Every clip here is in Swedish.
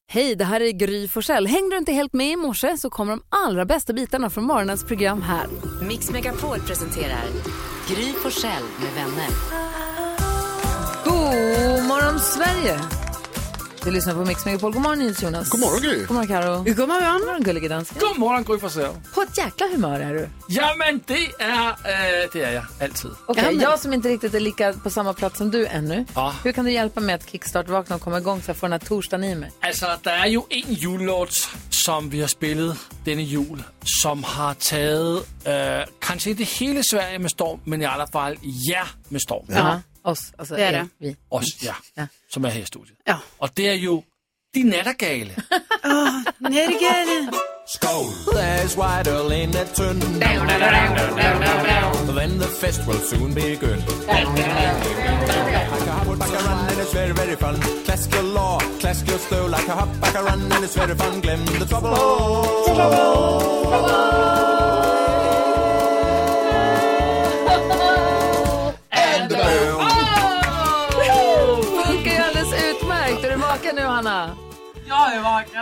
Hej, det här är Gry Forssell. Hängde du inte helt med i morse så kommer de allra bästa bitarna från morgonens program här. Mix Megapol presenterar Gry Forssell med vänner. God morgon Sverige! Du lyssnar på Mix Megapol. God morgon Jonas. God morgon Gry. God morgon Karo. God morgon. God morgon Gullige Dansk. God morgon Gry Forssell. På ett jäkla humör är du. Jamen det är jag alltid. Okej, jag som inte riktigt är lika på samma plats som du ännu. Ja. Hur kan du hjälpa mig att kickstart-vakna och komma igång så jag får den här torsdagen i mig? Alltså, det är ju en jullåt som vi har spelat denna jul som har tagit kanske inte hela Sverige med storm, men i alla fall med storm. Ja. Oss, alltså det är det. Vi. Oss, som är här i studion. Ja. Och det är ju De Nattergale. Nattergale. Skål! There's white early in that tun. Then the fest will soon begin. Back a run and it's very, very fun. Classical law, classical slow. Like a hop, back a run and it's very fun. Glim the trouble. And the boom. Funkar ju alldeles utmärkt. Är du vaken nu, Hanna? Jag är vaken.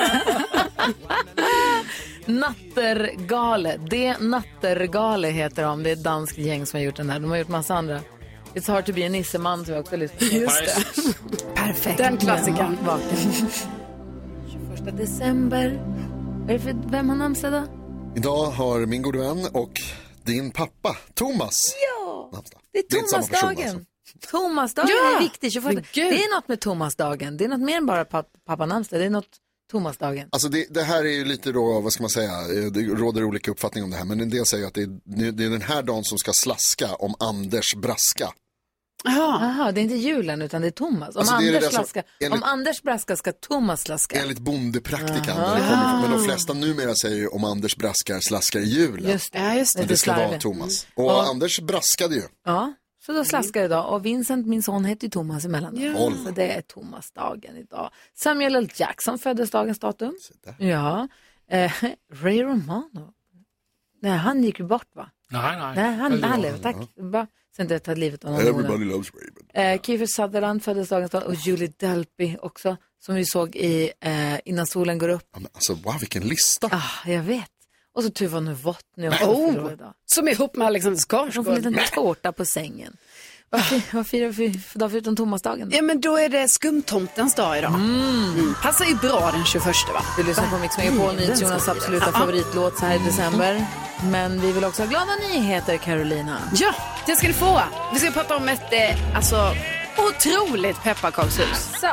Nattergale. Det Nattergale heter de. Det är ett danskt gäng som har gjort den här. De har gjort massa andra. It's hard to be a nisseman som vi också lyssnar på. Just det. Perfekt. Den klassikern. Vaken. 21 december. Vem har namnsdag då? Idag har min gode vän och din pappa, Thomas. Ja, namnsdag. det är Thomasdagen. Alltså. Thomasdagen är viktig. 21. Det är något med Thomasdagen. Det är något mer än bara pappa namnsdag. Det är något Thomasdagen. Alltså det här är ju lite då, vad ska man säga, det råder olika uppfattning om det här. Men en del säger att det är den här dagen som ska slaska om Anders braska. Jaha, det är inte julen utan det är Thomas. Om, alltså, Anders, slaska, om Anders braskar ska Thomas slaska. Enligt bondepraktikan. Men de flesta numera säger ju om Anders braskar slaskar i julen. Just det. Det ska vara Thomas. Och Anders braskade ju. Ja, så då slaskar idag. Och Vincent, min son, heter ju Thomas emellan. Ja. Så det är Thomasdagen idag. Samuel L. Jackson föddes dagens datum. Ja. Ray Romano. Nej, han gick ju bort, va? Nej, han lever, tack. Sen det tar livet av någon. Everybody loves Raymond. Kiefer Sutherland föddes dagens datum. Och Julie Delpy också. Som vi såg i Innan solen går upp. Ja, men alltså, wow, vilken lista. Jag vet. Och så Tuva Novotny. Som är ihop med Alexander Skarsgård. De får en liten tårta på sängen. Vad firar vi för dag förutom Thomasdagen? Ja, men då är det skumtomtens dag idag. Passar ju bra den 21, va? Du lyssnar på Mix Megapol, Jonas absoluta favoritlåt så här i december. Men vi vill också ha glada nyheter, Carolina. Ja, det ska ni få. Vi ska prata om ett otroligt pepparkakshus. Så.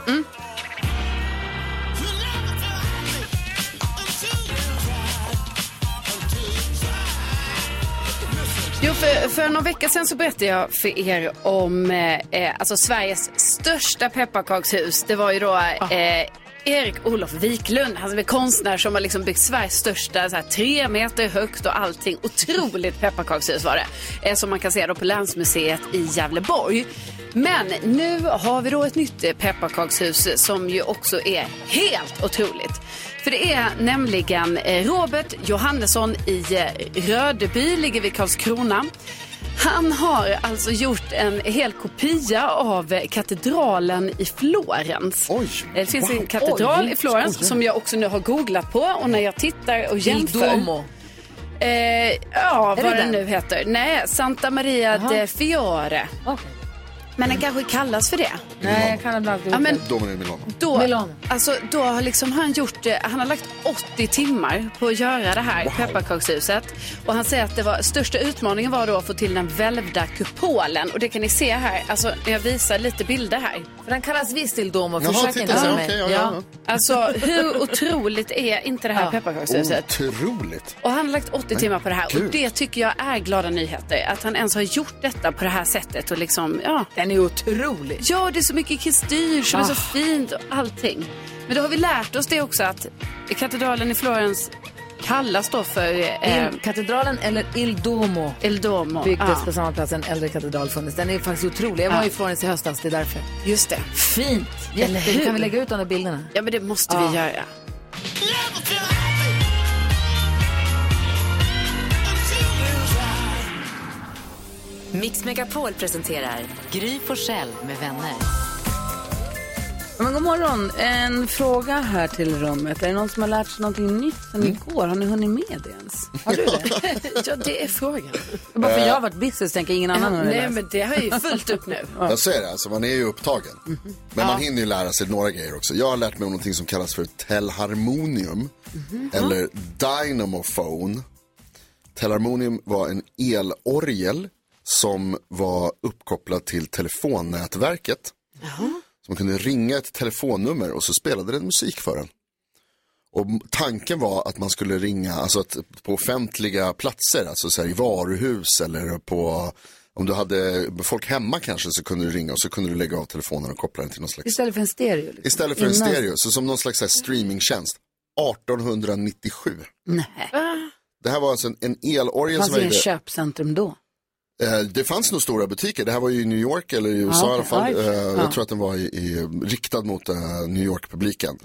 Jo, för några veckor sedan så berättade jag för er om alltså Sveriges största pepparkakshus. Det var ju då Erik Olof Wiklund, han som är konstnär som har liksom byggt Sveriges största, så här, 3 meter högt och allting. Otroligt pepparkakshus var det. Som man kan se då på Länsmuseet i Gävleborg. Men nu har vi då ett nytt pepparkakshus som ju också är helt otroligt. För det är nämligen Robert Johannesson i Rödeby, ligger vid Karlskrona. Han har alltså gjort en hel kopia av katedralen i Florens. Oj, det finns en katedral i Florens som jag också nu har googlat på. Och när jag tittar och jämför... Il Duomo. Vad den nu heter. Nej, Santa Maria de Fiore. Okay. Men den kanske kallas för det. Nej, jag kan ibland ja, men Milano. Då har liksom han gjort, han har lagt 80 timmar på att göra det här pepparkakshuset. Och han säger att det var, största utmaningen var då att få till den välvda kupolen. Och det kan ni se här, alltså jag visar lite bilder här. För den kallas visst Il Duomo, försök inte säga mig. Ja. Alltså hur otroligt är inte det här pepparkakshuset? Otroligt. Och han har lagt 80 timmar på det här. Kul. Och det tycker jag är glada nyheter. Att han ens har gjort detta på det här sättet. Och liksom, den är otrolig. Ja, det är så mycket kristyr som är så fint och allting. Men då har vi lärt oss det också att katedralen i Florens kallas då för... katedralen eller Il Duomo. Il Duomo. Byggdes på samma plats en äldre katedral funnits. Den är faktiskt otrolig. Jag var i Florens i höstas, det är därför. Just det. Fint. Jättefint. Kan vi lägga ut de där bilderna? Ja, men det måste vi göra. Mix Megapol presenterar Gry Forssell med vänner. Men god morgon. En fråga här till rummet. Är det någon som har lärt sig någonting nytt sen igår? Har ni hunnit med det ens? Har du det? Ja, det är frågan. Bara för jag har varit business, tänker ingen annan har det. Nej, men det har ju fullt upp nu. Jag säger det, alltså man är ju upptagen. Men man hinner ju lära sig några grejer också. Jag har lärt mig någonting som kallas för telharmonium. Eller dynamophone. Telharmonium var en elorgel som var uppkopplad till telefonnätverket. Så man kunde ringa ett telefonnummer och så spelade den musik för en. Och tanken var att man skulle ringa alltså att på offentliga platser, alltså så här i varuhus eller på, om du hade folk hemma kanske, så kunde du ringa och så kunde du lägga av telefonen och koppla den till någon slags... Istället för en stereo? Liksom. Istället för en stereo, så som någon slags så här streamingtjänst. 1897. Nej. Det här var alltså en elorgel som var i köpcentrum då? Det fanns nog stora butiker. Det här var ju i New York eller i USA i alla fall. Jag tror att den var riktad mot New York-publiken.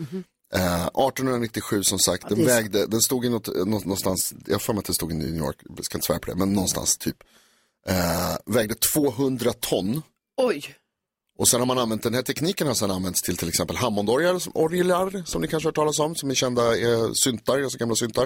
1897 som sagt. Den stod i någonstans, jag får mig att det stod i New York, jag ska inte svära på det, men någonstans typ. Vägde 200 ton. Oj. Och sen har man använt, den här tekniken har sedan använts till exempel Hammondorglar som ni kanske har hört talas om, som är kända syntar, alltså gamla syntar.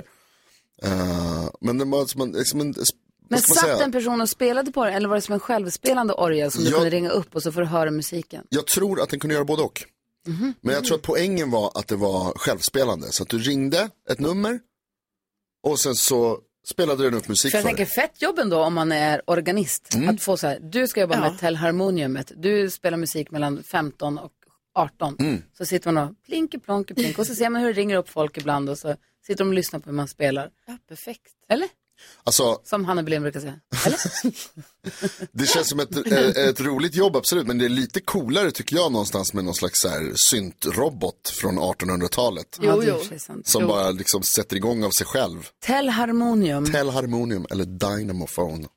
Men den var som en men satt en person och spelade på det, eller var det som en självspelande orgel som du kunde ringa upp och så får du höra musiken? Jag tror att den kunde göra både och. Men jag tror att poängen var att det var självspelande. Så att du ringde ett nummer och sen så spelade den upp musik för jag tänker fettjobben då om man är organist. Att få så här, du ska jobba med telharmoniumet. Du spelar musik mellan 15 och 18. Så sitter man och plinky plonky plink och så ser man hur det ringer upp folk ibland och så sitter de och lyssnar på hur man spelar. Ja, perfekt. Eller? Alltså, som Hanna Belén brukar säga. Eller? Det känns som ett roligt jobb, absolut. Men det är lite coolare tycker jag någonstans med någon slags så här syntrobot från 1800-talet. Jo. Som bara liksom sätter igång av sig själv. Telharmonium eller dynamophone.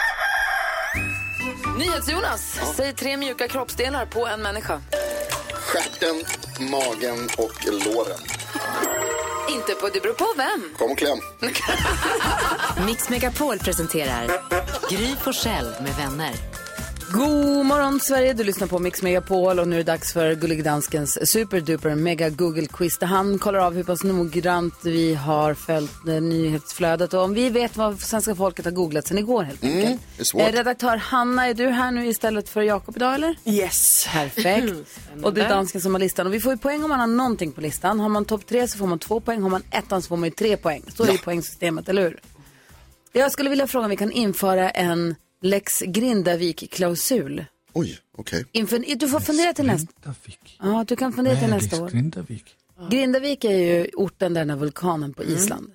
NyhetsJonas, säg 3 mjuka kroppsdelar på en människa. Stjärten, magen och låren. Inte på, det beror på vem. Kom och kläm. Mix Megapol presenterar Gry Forssell med vänner. God morgon Sverige, du lyssnar på Mix Megapol och nu är det dags för Gullig Danskens superduper mega Google quiz där han kollar av hur pass noggrant vi har följt nyhetsflödet och om vi vet vad svenska folket har googlat sen igår helt enkelt. Redaktör Hanna, är du här nu istället för Jakob idag eller? Yes. Perfekt. Och det är dansken som har listan och vi får ju poäng om man har någonting på listan. Har man topp 3 så får man 2 poäng, har man 1 så får man ju 3 poäng. Så är det i poängsystemet, eller hur? Jag skulle vilja fråga om vi kan införa en Lex Grindavik-klausul. Oj, okej. Du får fundera till nästa. Ja, du kan fundera till nästa år. Grindavik är ju orten där den här vulkanen på Island.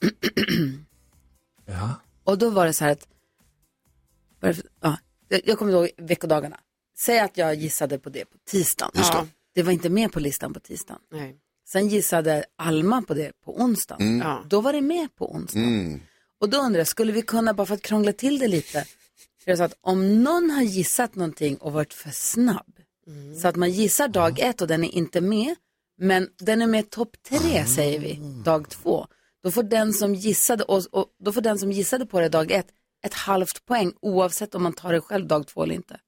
Ja. Och då var det så här att jag kommer ihåg veckodagarna. Säg att jag gissade på det på tisdagen. Ja. Det var inte med på listan på tisdagen. Nej. Sen gissade Alma på det på onsdagen. Då var det med på onsdagen. Och då undrar jag, skulle vi kunna, bara för att krångla till det lite, så att om någon har gissat någonting och varit för snabb, så att man gissar dag 1 och den är inte med, men den är med topp 3 säger vi, dag 2, då får den som gissade och då får den som gissade på det dag 1 ett halvt poäng oavsett om man tar det själv dag 2 eller inte.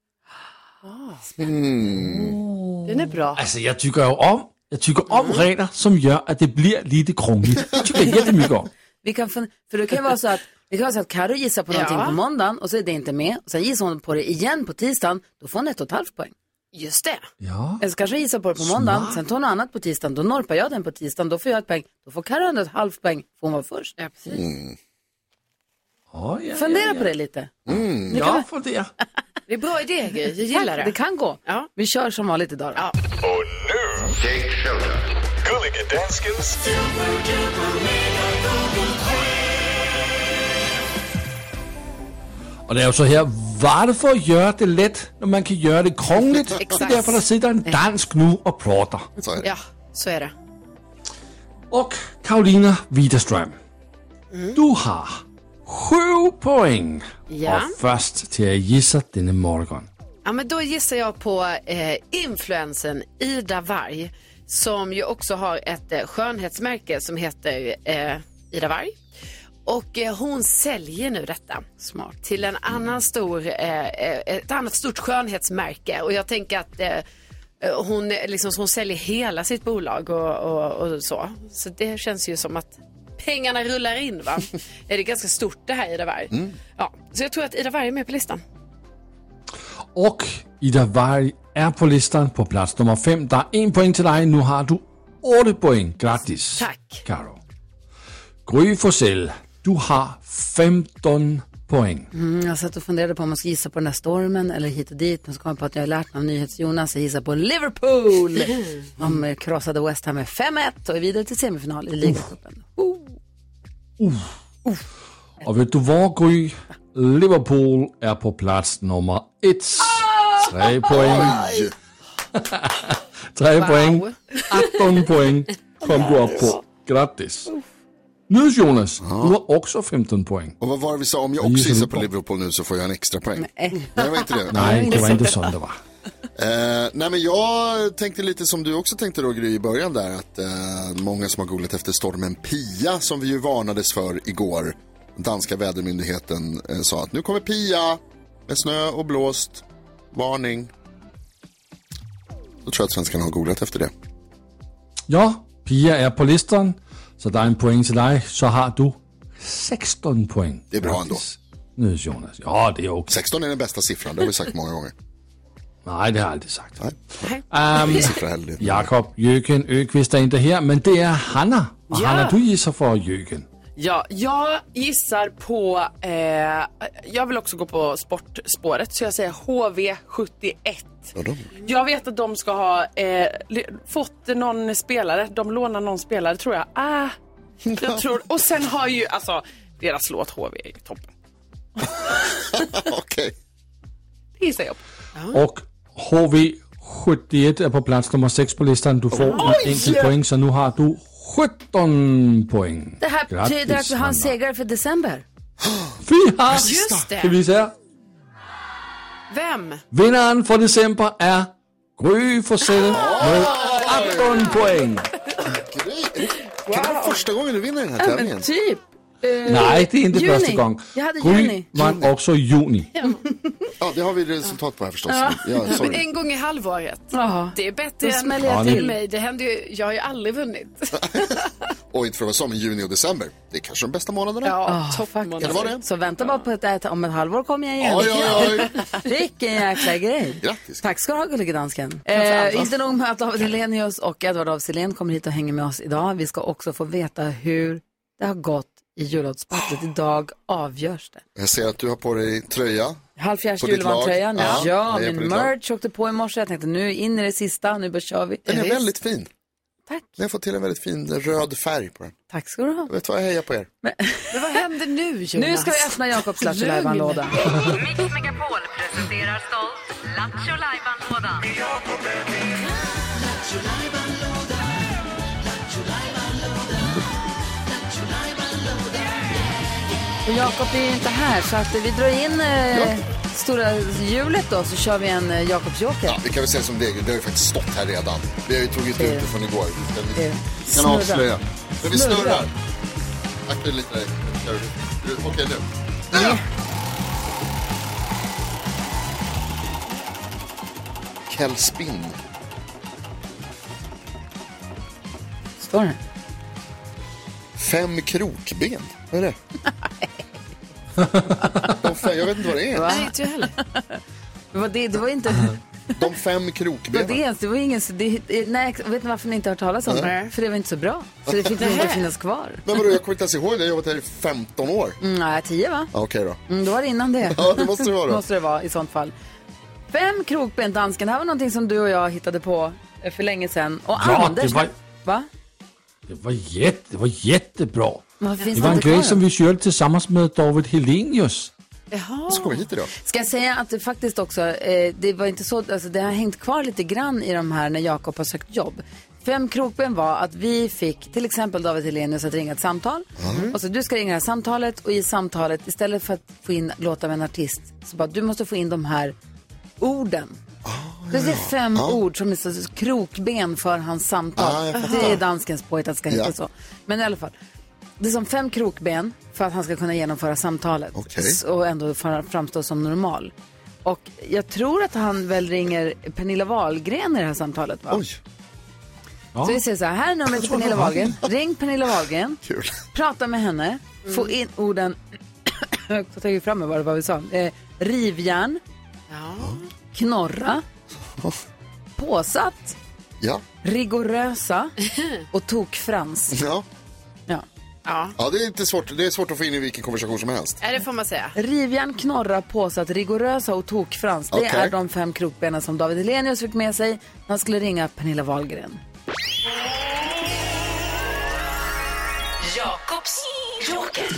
Den är bra. Alltså jag tycker om regler som gör att det blir lite krångligt. Det tycker jag jättemycket om. Vi kan för det kan vara så att Karo gissar på någonting på måndagen och så är det inte med. Och sen gissar hon på det igen på tisdagen, då får hon 1,5 poäng. Just det. Ja. Eller så kanske gissar på det på måndagen, sen tar hon något annat på tisdagen, då norpar jag den på tisdagen, då får jag 1 poäng. Då får Karo 1,5 poäng, får hon vara först. Ja, precis. Fundera på det lite. Ja, fundera. Det är bra idé, Gry. Jag gillar det. Det kan gå. Ja. Vi kör som vanligt idag då. Och nu, Jake Shelton. Gulliga Danskens Och det är ju så här, varför gör det lätt när man kan göra det krångligt? Det är därför där sitter en dansk nu och pratar. Ja, så är det. Och Karolina Widerström, du har 7 poäng. Ja. Och först till att gissa denna morgon. Ja, men då gissar jag på influensen Ida Warg, som ju också har ett skönhetsmärke som heter Ida Warg. Och hon säljer nu detta till en annan ett annat stort skönhetsmärke. Och jag tänker att Hon säljer hela sitt bolag och så. Så det känns ju som att pengarna rullar in, va? Det är ganska stort det här, Ida Warg. Ja, så jag tror att Ida Warg är med på listan. Och Ida Warg är på listan på plats nummer 5. Det är 1 poäng till dig. Nu har du 8 poäng. Grattis. Tack. Karo. Gry Forssell, du har 15 poäng. Jag satt och funderade på om man ska gissa på den där stormen eller hit och dit. Men så kom jag på att jag har lärt mig av NyhetsJonas att gissa på Liverpool. De krossade West Ham med 5-1 och är vidare till semifinal i ligacupen. Och vet du vad, Gry? Liverpool är på plats nummer 1. 3 poäng. 3 poäng. 18 poäng kom du upp på. Grattis. Nu Jonas, du har också 15 poäng. Och vad var det vi sa? Om jag också gissar på Liverpool nu så får jag en extra poäng. Nej, det var inte det. Nej, det var inte så det var. Nej, men jag tänkte lite som du också tänkte då, Gry, i början där. Att många som har googlat efter stormen Pia, som vi ju varnades för igår. Den danska vädermyndigheten sa att nu kommer Pia med snö och blåst. Varning. Då tror jag att svenskarna har googlat efter det. Ja, Pia är på listan. Så det är en poäng till dig. Så har du 16 poäng. Det är bra ändå. Nu Jonas. Ja, det är okej. 16 är den bästa siffran, det har vi sagt många gånger. Nej, det har jag aldrig sagt. Jakob Jöken Öqvist är inte här, men det är Hanna. Och Hanna, du gissar för Jöken. Ja, jag gissar på... jag vill också gå på sportspåret, så jag säger HV71. Jag vet att de ska ha fått någon spelare. De lånar någon spelare, tror jag. Jag tror... Och sen har ju... Alltså, deras låt HV är toppen. Okej. Det gissar jag på. Och HV71 är på plats nummer 6 på listan. Du får en enkel poäng, så nu har du 17 poäng. Det här betyder att vi har en segrare för december. Just det. Ska vi se? Vem? Vinnaren för december är Gry Forssell med 18 poäng. Kan det vara första gången du vinner den här tävlingen? Typ. Nej, det är inte första gången. Jag hade Gry juni. vann också juni. Ja, det har vi resultat på här förstås. Men en gång i halvåret. Jaha. Det är bättre än till mig. Det händer ju, jag har ju aldrig vunnit. Och inte för att vara så, men juni och december, det är kanske de bästa månaderna. Ja, toppmånader. Kan det vara det? Så vänta bara på att om ett halvår kommer jag igen. Oj. Vilken jäkla grej. Grattis. Tack ska du ha, gullige dansken. Inte nog med att David Hellenius och Edvard af Sillén kommer hit och hänger med oss idag. Vi ska också få veta hur det har gått i jullåtsbattlet. Idag avgörs det. Jag ser att du har på dig tröja. Halvfjärds På ditt julvantröjan. lag. Ja, Jag är på min ditt lag. merch åkte på i morse. Jag tänkte nu in i det sista, nu bara kör vi. Den är väldigt fin. Tack. Ni har fått till en väldigt fin röd färg på den. Tack ska du ha. Jag vet vad, jag hejar på er. Men vad händer nu, Jonas? Nu ska vi öppna Jakobs Lattjo Lajban-låda. Mix Megapol presenterar stolt Lattjo Lajban-lådan. Och Jakob är ju inte här, så att vi drar in stora hjulet då, så kör vi en Jakobs joker. Ja, vi kan väl säga som det har ju faktiskt stått här redan. Vi har ju tagit ut det från igår. Vi kan Snurra. avslöja. Men vi snurrar. Akta lite där. Okej, nu. Kelspinn. Står det? 5 krokben. Vad är det? Jag vet inte vad det är. Nej, inte jag heller. Det var inte... De 5 krokbenen. Det var ingen... Nej, vet ni varför ni inte har hört talas om det? För det var inte så bra. Så det fick inte finnas kvar. Men vadå, jag kommer inte ens ihåg det. Jag har jobbat här i 15 år. Nej, 10 va? Okej då. Då var det innan det. Ja, det måste det vara då. Måste det vara i sånt fall. 5 krokben, dansken. Det här var någonting som du och jag hittade på för länge sedan. Och Ja, Anders... Va? Det var jättebra. Vad finns Det var en inte grej kvar som då? vi körde tillsammans med David Hellenius. Så kommer vi hit idag. Ska jag säga att det faktiskt också, det var inte så, alltså det har hängt kvar lite grann i de här när Jakob har sökt jobb. 5 krokben var att vi fick till exempel David Hellenius att ringa ett samtal. Och så du ska ringa det här samtalet, och i samtalet istället för att få in låta av en artist, så bara du måste få in de här orden. Det är 5 ord som är så krokben för hans samtal. Det är danskens påhitt att det ska heta så. Men i alla fall, det är som 5 krokben för att han ska kunna genomföra samtalet och ändå framstå som normal. Och jag tror att han väl ringer Pernilla Wahlgren i det här samtalet, va? Oj. Så vi säger så här är numret till Pernilla Wahlgren. Ring Pernilla Wahlgren. Kul. Prata med henne. Få in orden. Jag tar ju fram vad vi sa. Rivjärn. Knorra. Påsatt. Ja. Rigorösa. Och tokfrans. Ja. Ja. Ja, det är inte svårt. Det är svårt att få in i vilken konversation som helst. Ja, det får man säga. Rivjärn, knorra, påsatt, rigorösa och tokfrans. Det är de 5 krokbenen som David Hellenius fick med sig. Han skulle ringa Pernilla Wahlgren. Jakobs joker.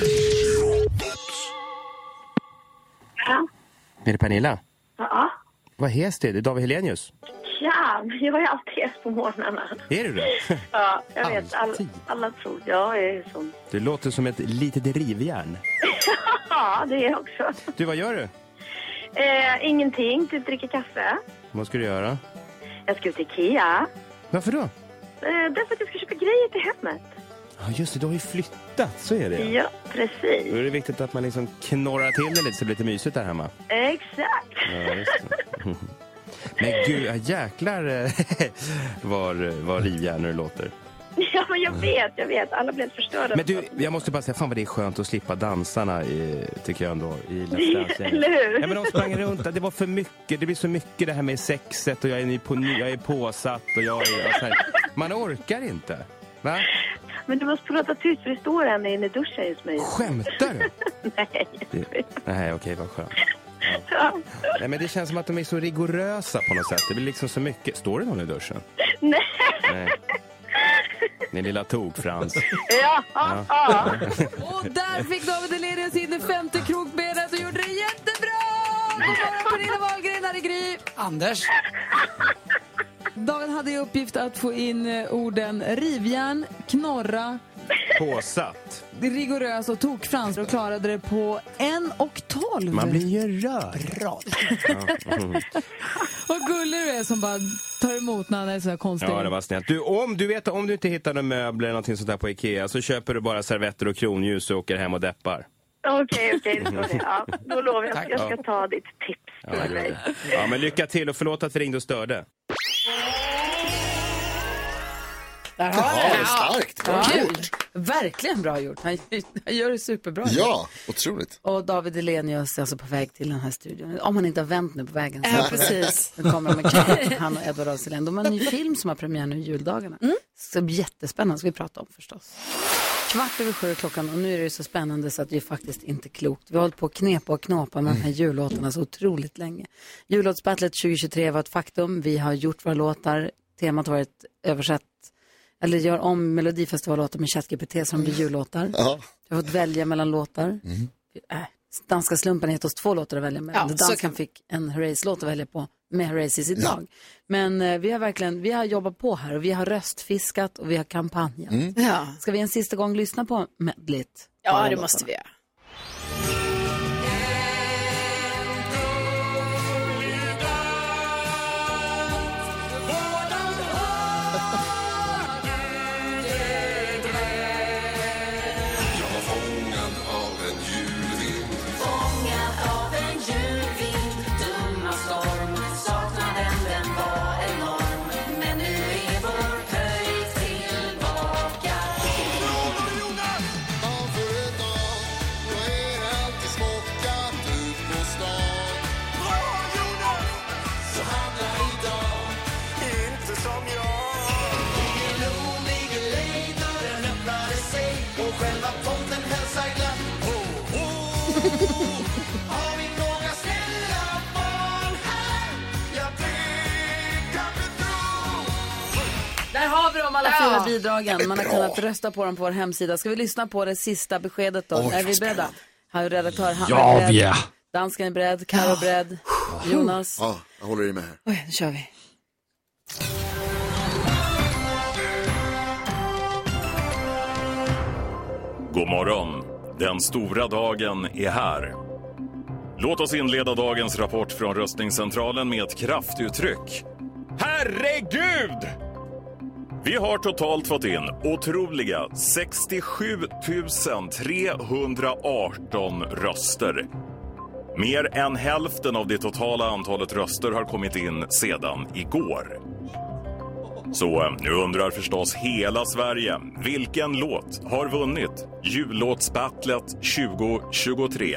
Ja. Är det Pernilla? Ja. Vad hes det? Det är David Hellenius. Ja, jag är alltid hes på morgnarna. Är du det? Ja, jag vet. Alla tror jag är sån. Du låter som ett litet rivjärn. Ja, det är också. Du, vad gör du? Ingenting, typ dricka kaffe. Vad ska du göra? Jag ska ut till Ikea. Varför då? Därför att jag ska köpa grejer till hemmet. Ja, just det. Du har ju flyttat. Så är det. Ja, precis. Då är det viktigt att man liksom knorrar till det lite så det blir lite mysigt där hemma. Exakt. Ja, just det. Men gud, jäklar vad rivjärn det låter. Ja, men jag vet. Alla blev förstörda. Men du, jag måste bara säga, fan vad det är skönt att slippa dansarna tycker jag ändå. Eller hur? Ja, men de sprang runt, det var för mycket. Det blir så mycket det här med sexet och jag är påsatt och jag är så här. Man orkar inte, va? Men du måste prata tyst för det står en inne i duschen just mig. Skämtar du? Nej. Okej, vad skönt. Ja. Nej, men det känns som att de är så rigorösa på något sätt. Det blir liksom så mycket. Står det någon i duschen? Nej. Din lilla tokfrans. Ja. Och där fick David Hellenius in det 5:e krokbenet och gjorde det jättebra! God morgon, Pernilla Wahlgren, här i Gry. Anders. Dagen hade i uppgift att få in orden rivjärn, knorra, påsatt, rigorös och tokfrans och klarade det på 1:12. Man blir ju rörd. Vad gullig du är som bara tar emot när han är så här konstig. Ja, det var snällt. Du, om du inte hittar några möbler eller någonting sånt där på Ikea så köper du bara servetter och kronljus och åker hem och deppar. Okej, ja, då lovar jag att jag ska ta ditt tips. Ja, men lycka till och förlåt att vi ringde och störde. Där har det. Starkt. Bra gjort. Verkligen bra gjort. Han gör det superbra. Ja, otroligt. Och David Hellenius är alltså på väg till den här studion. Om han inte har vänt nu på vägen. Ja, precis. Nu kommer de med han och Edward Roselén. De har en ny film som har premiär nu i juldagarna. Så det blir jättespännande, ska vi prata om förstås. 7:15 klockan och nu är det så spännande så att det är faktiskt inte klokt. Vi har hållit på att knepa och knåpa med de här jullåtarna så otroligt länge. Jullåtsbattlet 2023 var ett faktum. Vi har gjort våra låtar. Temat har varit översatt. Eller gör om Melodifestivallåtar med ChatGPT som blir jullåtar. Jag har fått välja mellan låtar. Danska slumpen gett oss 2 låtar att välja mellan. Danskan fick en Herreys-låt att välja på med Herreys idag. Men vi har jobbat på här och vi har röstfiskat och vi har kampanjat. Ska vi en sista gång lyssna på medlet? Ja, det måste vi göra. Där har vi dem alla 4 bidragen. Man har kunnat rösta på dem på vår hemsida. Ska vi lyssna på det sista beskedet då? Är vi beredda? Här är redaktör Hanna är beredd. Dansken är beredd, Karo är beredd. Jonas. Ja, jag håller i mig här. Oj, nu kör vi. God morgon. Den stora dagen är här. Låt oss inleda dagens rapport från röstningscentralen med ett kraftuttryck. Herregud! Vi har totalt fått in otroliga 67 318 röster. Mer än hälften av det totala antalet röster har kommit in sedan igår. Så nu undrar förstås hela Sverige, vilken låt har vunnit jullåtsbattlet 2023?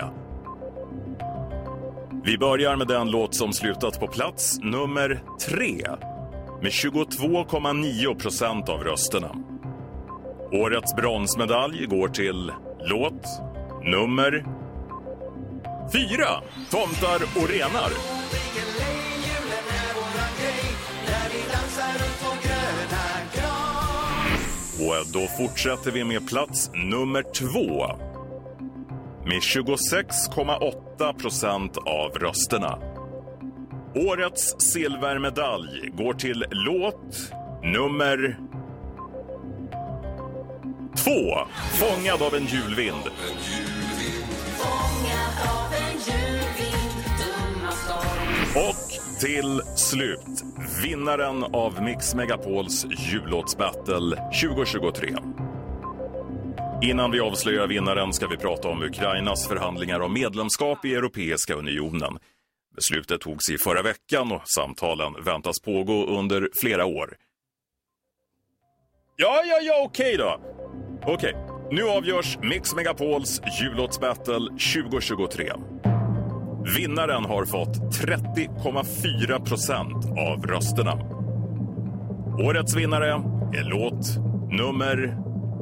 Vi börjar med den låt som slutat på plats nummer 3 med 22,9% av rösterna. Årets bronsmedalj går till låt nummer 4, Tomtar och renar. Och då fortsätter vi med plats nummer 2 med 26,8% av rösterna. Årets silvermedalj går till låt nummer 2, Fångad av en julvind. Och till slut, vinnaren av Mix Megapols jullåtsbattle 2023. Innan vi avslöjar vinnaren ska vi prata om Ukrainas förhandlingar om medlemskap i Europeiska unionen. Beslutet togs i förra veckan och samtalen väntas pågå under flera år. Ja, okej då. Okej, nu avgörs Mix Megapols jullåtsbattle 2023. Vinnaren har fått 30,4% av rösterna. Årets vinnare är låt nummer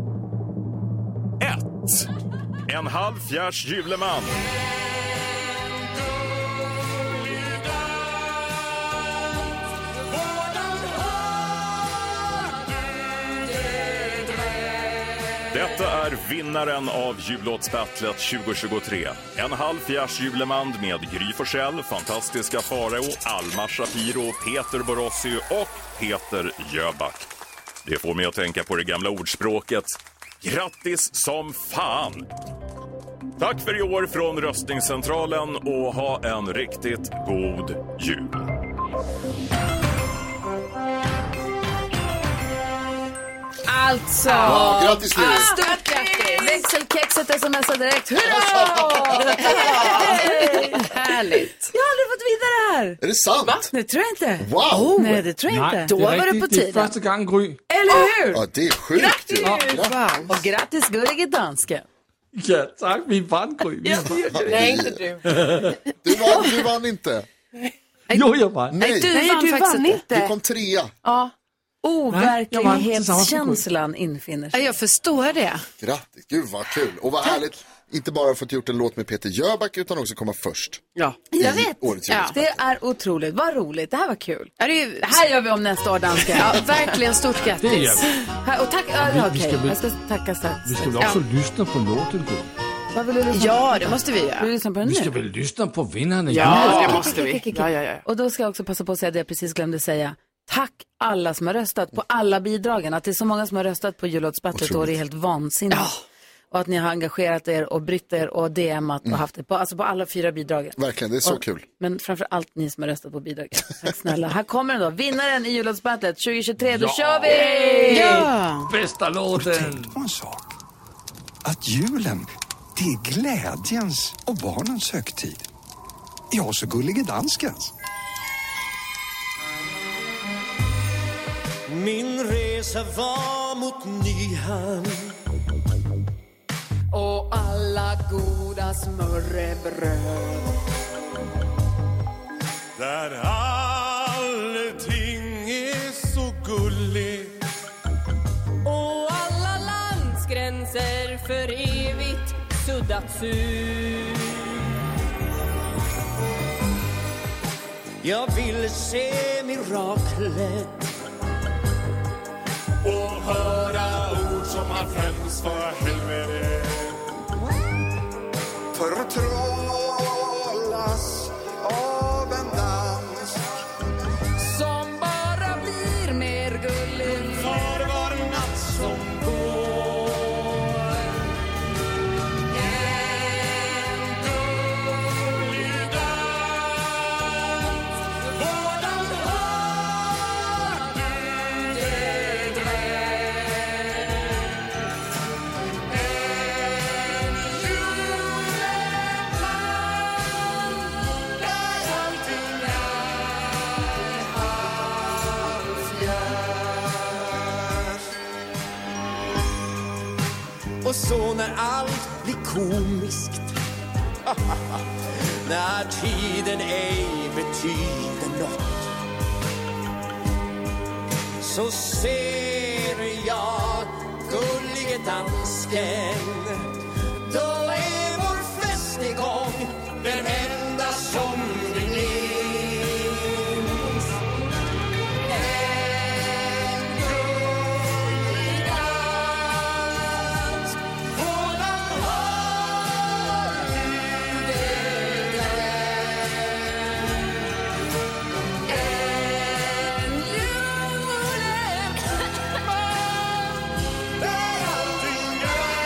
1. En halvfjärs juleman. Detta är vinnaren av jullåtsbattlet 2023. En halvfjärs juleman med Gry Forssell, fantastiska Farao, Alma Shapiro, Peter Borossi och Peter Jöback. Det får mig att tänka på det gamla ordspråket. Grattis som fan! Tack för i år från röstningscentralen och ha en riktigt god jul. Alltså, grattis nu. Stort grattis. Växelkexet smsar direkt. Hurra! Härligt. Jag har aldrig fått vidare här. Är det sant? Va? Det tror jag inte. Wow. Nej, det tror jag inte. Då var det på tiden. Det är första gången, Gry. Eller hur? Ja, det är sjukt. Grattis! Wow. Och grattis, gullige danske. Ja, tack. Vi vann, Gry. Nej, inte du. Du vann inte. Jo, jag vann. Nej, du vann inte. Du kom 3. Ja. Overklighetskänslan infinner sig. Jag förstår det. Grattis, gud vad kul. Och vad härligt. Inte bara fått gjort en låt med Peter Jöback utan också komma först. Ja, jag vet. Ja. Det är otroligt. Vad roligt. Det här var kul. Det här gör vi om nästa år, danska. Ja, verkligen stort grattis. Och tack. Okej. Jag ska tacka strax. Vi ska väl också lyssna på låten, Gry. Vad vill du lyssna på? Ja, det måste vi göra. Vill du lyssna på den nu? Vi ska väl lyssna på vinnarna. Ja, det måste vi. Ja. Och då ska jag också passa på att säga det jag precis glömde säga. Tack alla som har röstat på alla bidragen. Att det är så många som har röstat på jullåtsbattlet och det är helt vansinnigt. Ja. Och att ni har engagerat er och brytt er och DMat och haft det på, alltså på alla 4 bidragen. Verkligen, det är så kul. Men framför allt ni som har röstat på bidragen. Tack snälla. Här kommer den då. Vinnaren i jullåtsbattlet 2023. Då kör vi! Ja! Bästa låten. Tänk på en sak. Att julen, det är glädjens och barnens högtid. Ja, så gullige danskens. Min resa var mot Nyhamn och alla goda smörrebröd där allting är så gulligt och alla landsgränser för evigt suddats ut. Jag ville se miraklet och höra ord som har främst för helvete. Förtrollas av en dans som bara blir mer gullig för var natt som går. En gullig dans, vårdan hör du det väl. En juleman Och så när allt blir komiskt, när tiden ej betyder något, så ser jag gullige dansken. Då är vår fest igång, den enda som vi minns. En gullig dans, hvordan har du det där? En juleman, där allting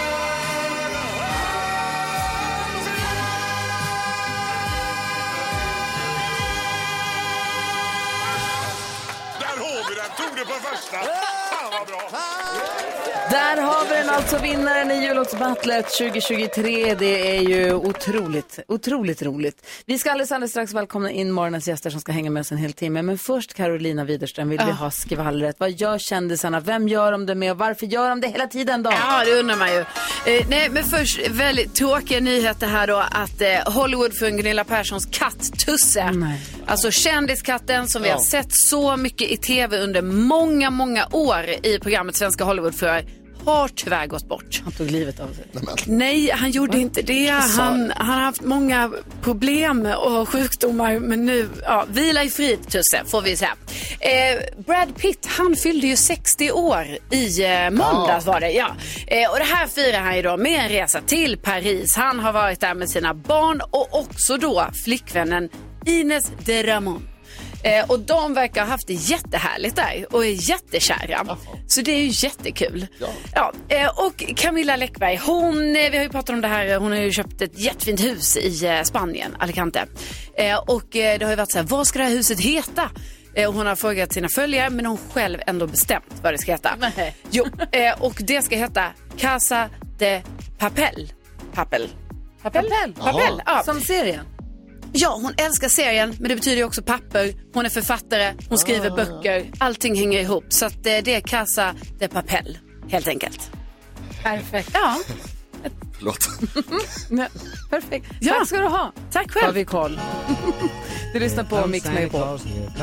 Där har vi den, tog det på första. Fan vad bra. Där har vi den alltså, vinnaren i jullåtsbattlet 2023. Det är ju otroligt roligt. Vi ska alldeles strax välkomna in morgonens gäster som ska hänga med oss en hel timme. Men först Carolina Widerström vill vi ha skvallret. Vad gör kändisarna? Vem gör de det med? Och varför gör de det hela tiden då? Ja, det undrar man ju. Nej, men först väldigt tråkiga nyheter här då att Hollywood för Gunilla Perssons katt Tusse. Nej. Alltså kändiskatten som vi har sett så mycket i tv under många år i programmet Svenska Hollywood för har tyvärr gått bort. Han tog livet av sig. Nej, han gjorde inte det. Han har haft många problem och sjukdomar. Men nu, vila i frid, Tusse, får vi säga. Brad Pitt, han fyllde ju 60 år i måndags var det. Ja. Och det här firar han ju då med en resa till Paris. Han har varit där med sina barn och också då flickvännen Ines de Ramon. Och de verkar ha haft det jättehärligt där och är jättekära. Så det är ju jättekul. Och Camilla Läckberg, vi har ju pratat om det här, hon har ju köpt ett jättefint hus i Spanien, Alicante. Och det har ju varit så här, vad ska det här huset heta? Hon har frågat sina följare, men hon själv ändå bestämt vad det ska heta. Jo, och det ska heta Casa de Papel. Papel, ja. Som serien. Ja, hon älskar serien, men det betyder ju också papper. Hon är författare, hon skriver böcker. Allting hänger ihop, så att det är Casa de Papel, helt enkelt. Perfekt. Ja. Förlåt. Perfekt. Ja. Tack ska du ha. Tack själv. Har vi koll. Du lyssnar på Mix Megapol.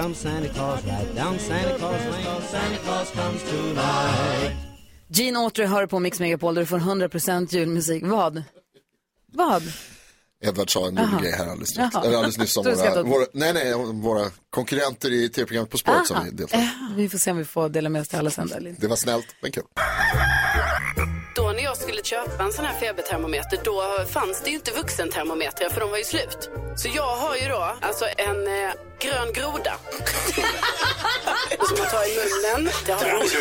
Gene Autry hör på Mix Megapol där du får 100% julmusik. Vad? Edvard sa en rolig grej här alldeles nyss om våra konkurrenter i tv-programmet På spåret som vi deltar. Vi får se om vi får dela med oss till alla sändare eller inte. Det var snällt, men kul. Då när jag skulle köpa en sån här febertermometer, då fanns det ju inte vuxentermometrar för de var ju slut. Så jag har ju då alltså en grön groda som man tar i munnen. Det har jag.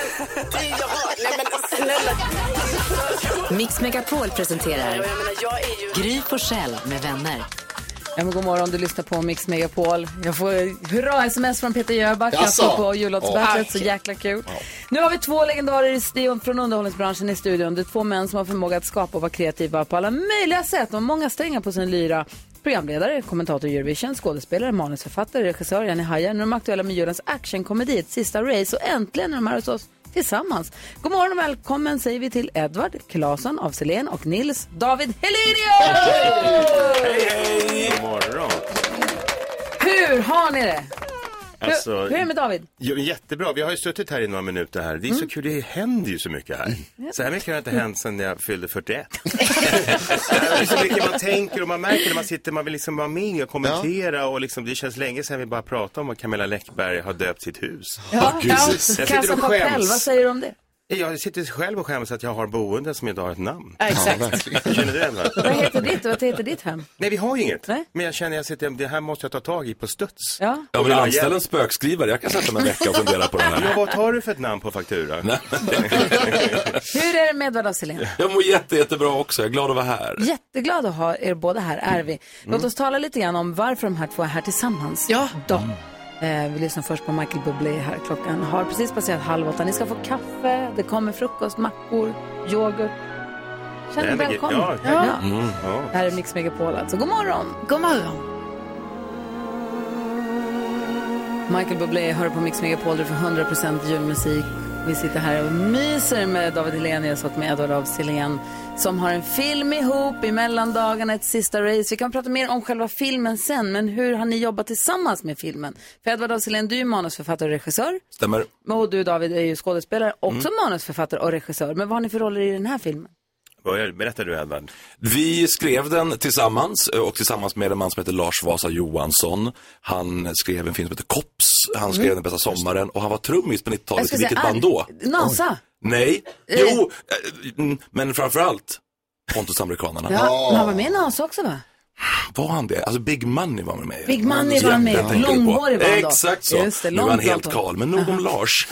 Mix Megapol presenterar Gry Forssell med vänner. Ja, men god morgon, du lyssnar på Mix Megapol. Jag får hurra-sms från Peter Jöback. Jag får på jullåtsbattlet, så jäkla kul. Nu har vi 2 legendarer från underhållningsbranschen i studion. Det är 2 män som har förmåga att skapa och vara kreativa på alla möjliga sätt. Och många strängar på sin lyra. Programledare, kommentator Eurovision, skådespelare, manusförfattare, regissör Jenny Hajar. Nu är de aktuella med julens actionkomedi, ett sista race. Och äntligen är de här hos oss tillsammans. God morgon och välkommen säger vi till Edvard Claesson av Selén och Nils David Helenius! Hej! God morgon. Hur har ni det? Alltså, hur är det med David? Jo, jättebra. Vi har ju suttit här i några minuter här. Det är så kul, det händer ju så mycket här. Så här mycket har inte hänt sedan jag fyllde 41. Det är så mycket man tänker och man märker när man sitter, man vill liksom vara med och kommentera och liksom, det känns länge sedan vi bara pratade om att Camilla Läckberg har döpt sitt hus. Casa Papel, vad säger du om det? Jag sitter själv och skäms att jag har boende som idag har ett namn. Exakt. Känner du det, va? Vad heter ditt hem? Nej, vi har ju inget. Nej? Men jag känner det här måste jag ta tag i på studs. Ja. Jag vill anställa en spökskrivare. Jag kan sätta mig en vecka och fundera på den här. Ja, vad tar du för ett namn på faktura? Hur är det med Edvard och Selén? Jag mår jättebra också. Jag är glad att vara här. Jätteglad att ha er båda här, är vi. Låt oss tala lite grann om varför de här 2 är här tillsammans. Ja, då. Vi lyssnar först på Michael Bublé här. Klockan har precis passerat 7:30. Ni ska få kaffe, det kommer frukost, mackor, yoghurt. Känn dig välkommen. Ja. Det här är Mix Megapol alltså. God morgon. God morgon. Michael Bublé hör på Mix Megapol för 100% julmusik. Vi sitter här och myser med David Hellenius och med Edward af Sillén som har en film ihop i mellandagarna, ett sista race. Vi kan prata mer om själva filmen sen, men hur har ni jobbat tillsammans med filmen? För Edward af Sillén, du är manusförfattare och regissör. Stämmer. Och du, David, är ju skådespelare, också manusförfattare och regissör. Men vad har ni för roller i den här filmen? Berättar du, Edvard? Vi skrev den tillsammans och tillsammans med en man som heter Lars Vasa Johansson. Han skrev en film som heter Kops. Han skrev Den bästa sommaren och han var trummis på 90-talet. I vilket band då? NASA? Nej, jo, men framförallt Pontus Amerikanerna. Ja, han var med i NASA också, va? Var han det? Alltså Big Money var med. Big Money var med. Långhårig var han då. Exakt så. Just det, nu var han helt kal. Men nog om Lars.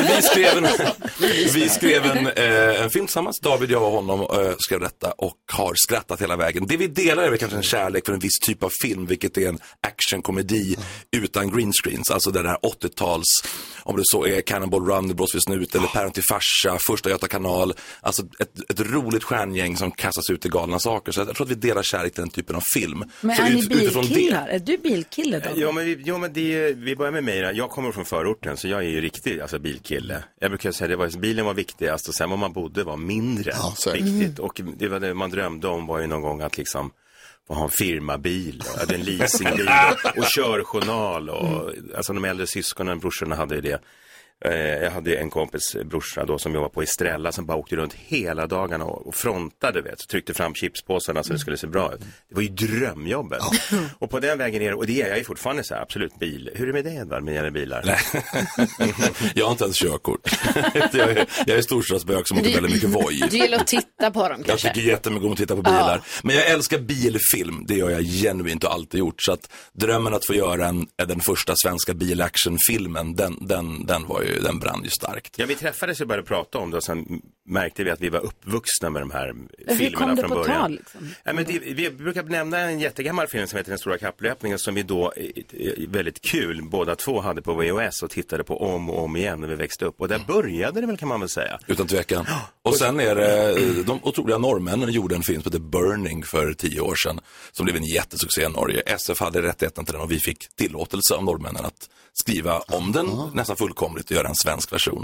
Vi skrev en film tillsammans. David, jag och honom skrev detta och har skrattat hela vägen. Det vi delar är väl kanske en kärlek för en viss typ av film, vilket är en actionkomedi utan green screens. Alltså det här 80-tals, om det så är Cannonball Run, Det blåser vid snut eller Päron till farsa, Första Göta kanal. Alltså ett roligt stjärngäng som kastas ut i galna saker. Så jag tror att vi delar kärlek till den typen av film. Men så är ni bilkillar? Är du bilkille då? Ja, men vi börjar med mig. Jag kommer från förorten, så jag är ju riktig bilkille. Jag brukar säga att bilen var viktigast och sen vad man bodde var mindre viktigt. Och det var det man drömde om var ju någon gång att liksom ha en firmabil, en leasingbil och körjournal. Och, alltså de äldre syskonen, brorsorna hade ju det. Jag hade en kompis brorsa då som jobbade på Estrella som bara åkte runt hela dagarna och frontade, så tryckte fram chipspåsarna så det skulle se bra ut. Det var ju drömjobbet. Och på den vägen ner, och det är jag ju fortfarande så här, absolut bil. Hur är det med det, Edvard, med gäller bilar? Nej. Jag har inte ens körkort. jag är storstadsbök som åker väldigt mycket Voi. Du gillar att titta på dem kanske? Jag tycker jättemycket om att titta på bilar. Men jag älskar bilfilm, det gör jag genuint och alltid gjort. Så att drömmen att få göra den första svenska bilactionfilmen, den var ju, den brann ju starkt. Ja, vi träffades och började prata om det och sen märkte vi att vi var uppvuxna med de här filmerna hur kom det från på början. Tal, liksom? Ja, men vi brukar nämna en jättegammal film som heter Den stora kapplöpningen som vi då väldigt kul båda två hade på VHS och tittade på om och om igen när vi växte upp. Och där började det väl, kan man väl säga. Utan tvekan. Och sen är det, de otroliga norrmännen gjorde en film som heter Burning för 10 år sedan som blev en jättesuccé i Norge. SF hade rättigheten till den och vi fick tillåtelse av norrmännen att skriva om den nästan fullkomligt och göra en svensk version.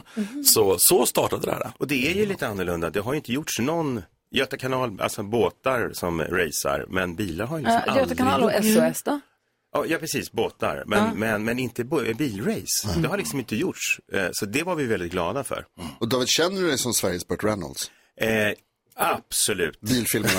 Så startade det här. Och det är ju lite annorlunda. Det har ju inte gjorts någon Göta kanal, alltså båtar som racear, men bilar har ju liksom aldrig... Göta kanal och SOS då? Ja, precis, båtar. Men inte bilrace. Det har liksom inte gjorts. Så det var vi väldigt glada för. Och David, känner du dig som Sveriges Burt Reynolds? Absolut. Bilfilmerna.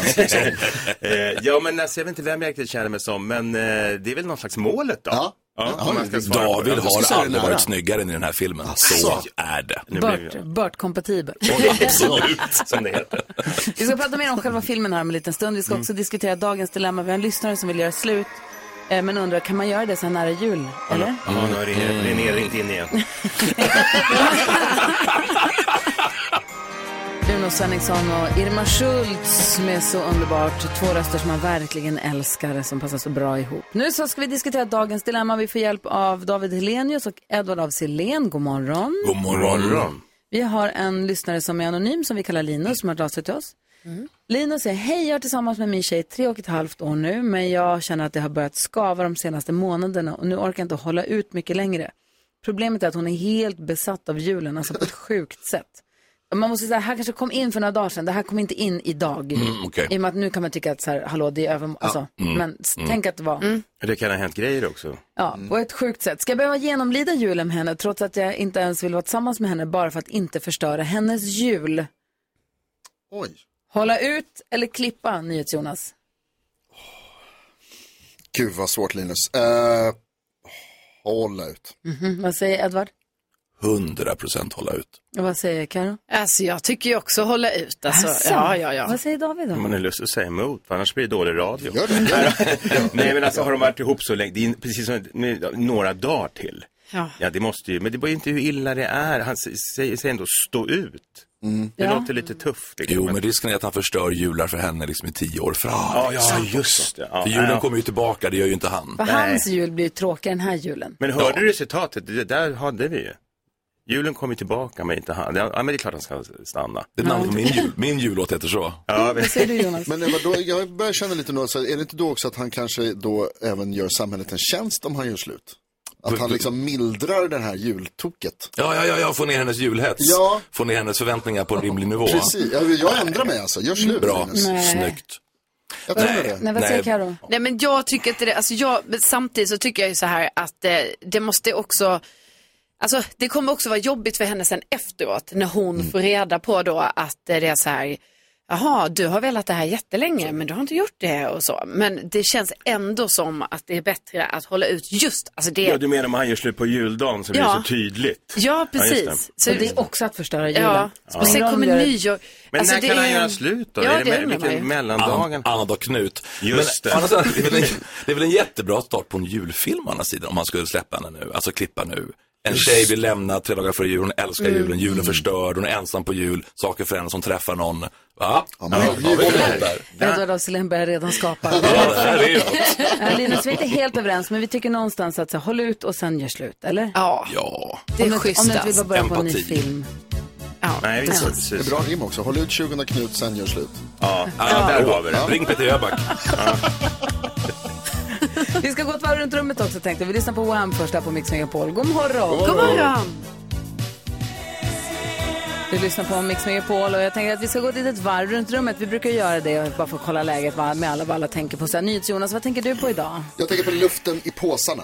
Ja, men alltså, jag vet inte vem jag riktigt känner mig som, men det är väl någon slags målet då. Ja. David har aldrig varit snyggare än i den här filmen. Så är det. Burt-kompatibel. Absolut, som det heter. Vi ska prata mer om själva filmen här om en liten stund. Vi ska också diskutera dagens dilemma. Vi har en lyssnare som vill göra slut. Men undrar, kan man göra det så här nära jul? Eller? Ja, nu har René ringt in igen. Uno Svenningsson och Irma Schultz med Så underbart. 2 röster som man verkligen älskar, som passar så bra ihop. Nu så ska vi diskutera dagens dilemma. Vi får hjälp av David Hellenius och Edward af Sillén. God morgon. God morgon. Vi har en lyssnare som är anonym som vi kallar Linus som har hört av sig till oss. Linus säger, hej, jag är tillsammans med min tjej 3,5 år nu, men jag känner att det har börjat skava de senaste månaderna och nu orkar jag inte hålla ut mycket längre. Problemet är att hon är helt besatt av julen, alltså på ett sjukt sätt. Man måste säga, här kanske kom in för några dagar sedan, det här kom inte in idag. Okay. I och med att nu kan man tycka att så här, hallå, det är över, alltså, men tänk att det var. Det kan ha hänt grejer också. Ja, på ett sjukt sätt. Ska jag behöva genomlida julen med henne trots att jag inte ens vill vara tillsammans med henne bara för att inte förstöra hennes jul? Oj. Hålla ut eller klippa, NyhetsJonas? Gud vad svårt, Linus. Hålla ut. Vad säger Edvard? 100% hålla ut. Och vad säger Karo? Alltså jag tycker ju också hålla ut. Alltså, ja. Vad säger David då? Man är lust att säga emot, för annars blir det dålig radio. Nej, men alltså har de varit ihop så länge, det är precis som några dagar till. Ja, det måste ju, men det var ju inte hur illa det är. Han säger ändå stå ut. Det låter lite tufft. Liksom. Jo, men risken är att han förstör jular för henne liksom i 10 år framåt. Ja, just det. För julen kommer ju tillbaka, det gör ju inte han. För hans jul blir tråkigare den här julen. Men hörde du resultatet? Det där hade vi ju. Julen kommer tillbaka, men inte han. Ja, men det är klart han ska stanna. Det är namn min jullåt heter så. Ja, vad säger du, Jonas? Men vadå, jag börjar känna lite nu, så är det inte då också att han kanske då även gör samhället en tjänst om han gör slut? Att han liksom mildrar den här jultoket. Ja, få ner hennes julhets. Ja. Få ner hennes förväntningar på en rimlig nivå. Precis, jag ändrar mig alltså. Gör slut. Bra, snyggt. Jag tror det. Nej, vad säger Karo? Nej, men jag tycker inte det. Alltså samtidigt så tycker jag ju så här att det måste också... Alltså det kommer också vara jobbigt för henne sen efteråt när hon får reda på då att det är så här, jaha, du har velat det här jättelänge men du har inte gjort det och så. Men det känns ändå som att det är bättre att hålla ut just, alltså det... Ja, du menar om han gör slut på juldagen så blir det så tydligt. Ja, precis. Ja, så det är också att förstöra julen. Ja, och sen kommer nyår. Men alltså, när kan han göra slut då? Ja, är det mellandagen? Anna dag Knut. Just men, det. Det är väl en jättebra start på en julfilm å andra sidan om man skulle släppa henne nu, alltså klippa nu. En tjej blir lämnad 3 dagar före jul, hon älskar julen, julen förstörd, hon är ensam på jul, saker förändras, hon träffar någon. Va? Edvard af Sillén börjar redan skapa. Linus, vi är inte helt överens, men vi tycker någonstans att så, håll ut och sen gör slut, eller? Ja. Det är schysst. Om du inte vill bara börja på en ny film. Ja, nej, precis. Det är bra rim också. Håll ut 20 Knut, sen gör slut. Ja, där har vi det. Ring Peter Jöback. Vi ska gå ett varv runt rummet också, tänkte vi. Lyssnar på Wham först här på Mix Megapol. God morgon! God morgon! Du lyssnar på Mix Megapol och jag tänker att vi ska gå ett litet varv runt rummet. Vi brukar göra det bara för att kolla läget med alla tänker på. Så här, NyhetsJonas, vad tänker du på idag? Jag tänker på luften i påsarna.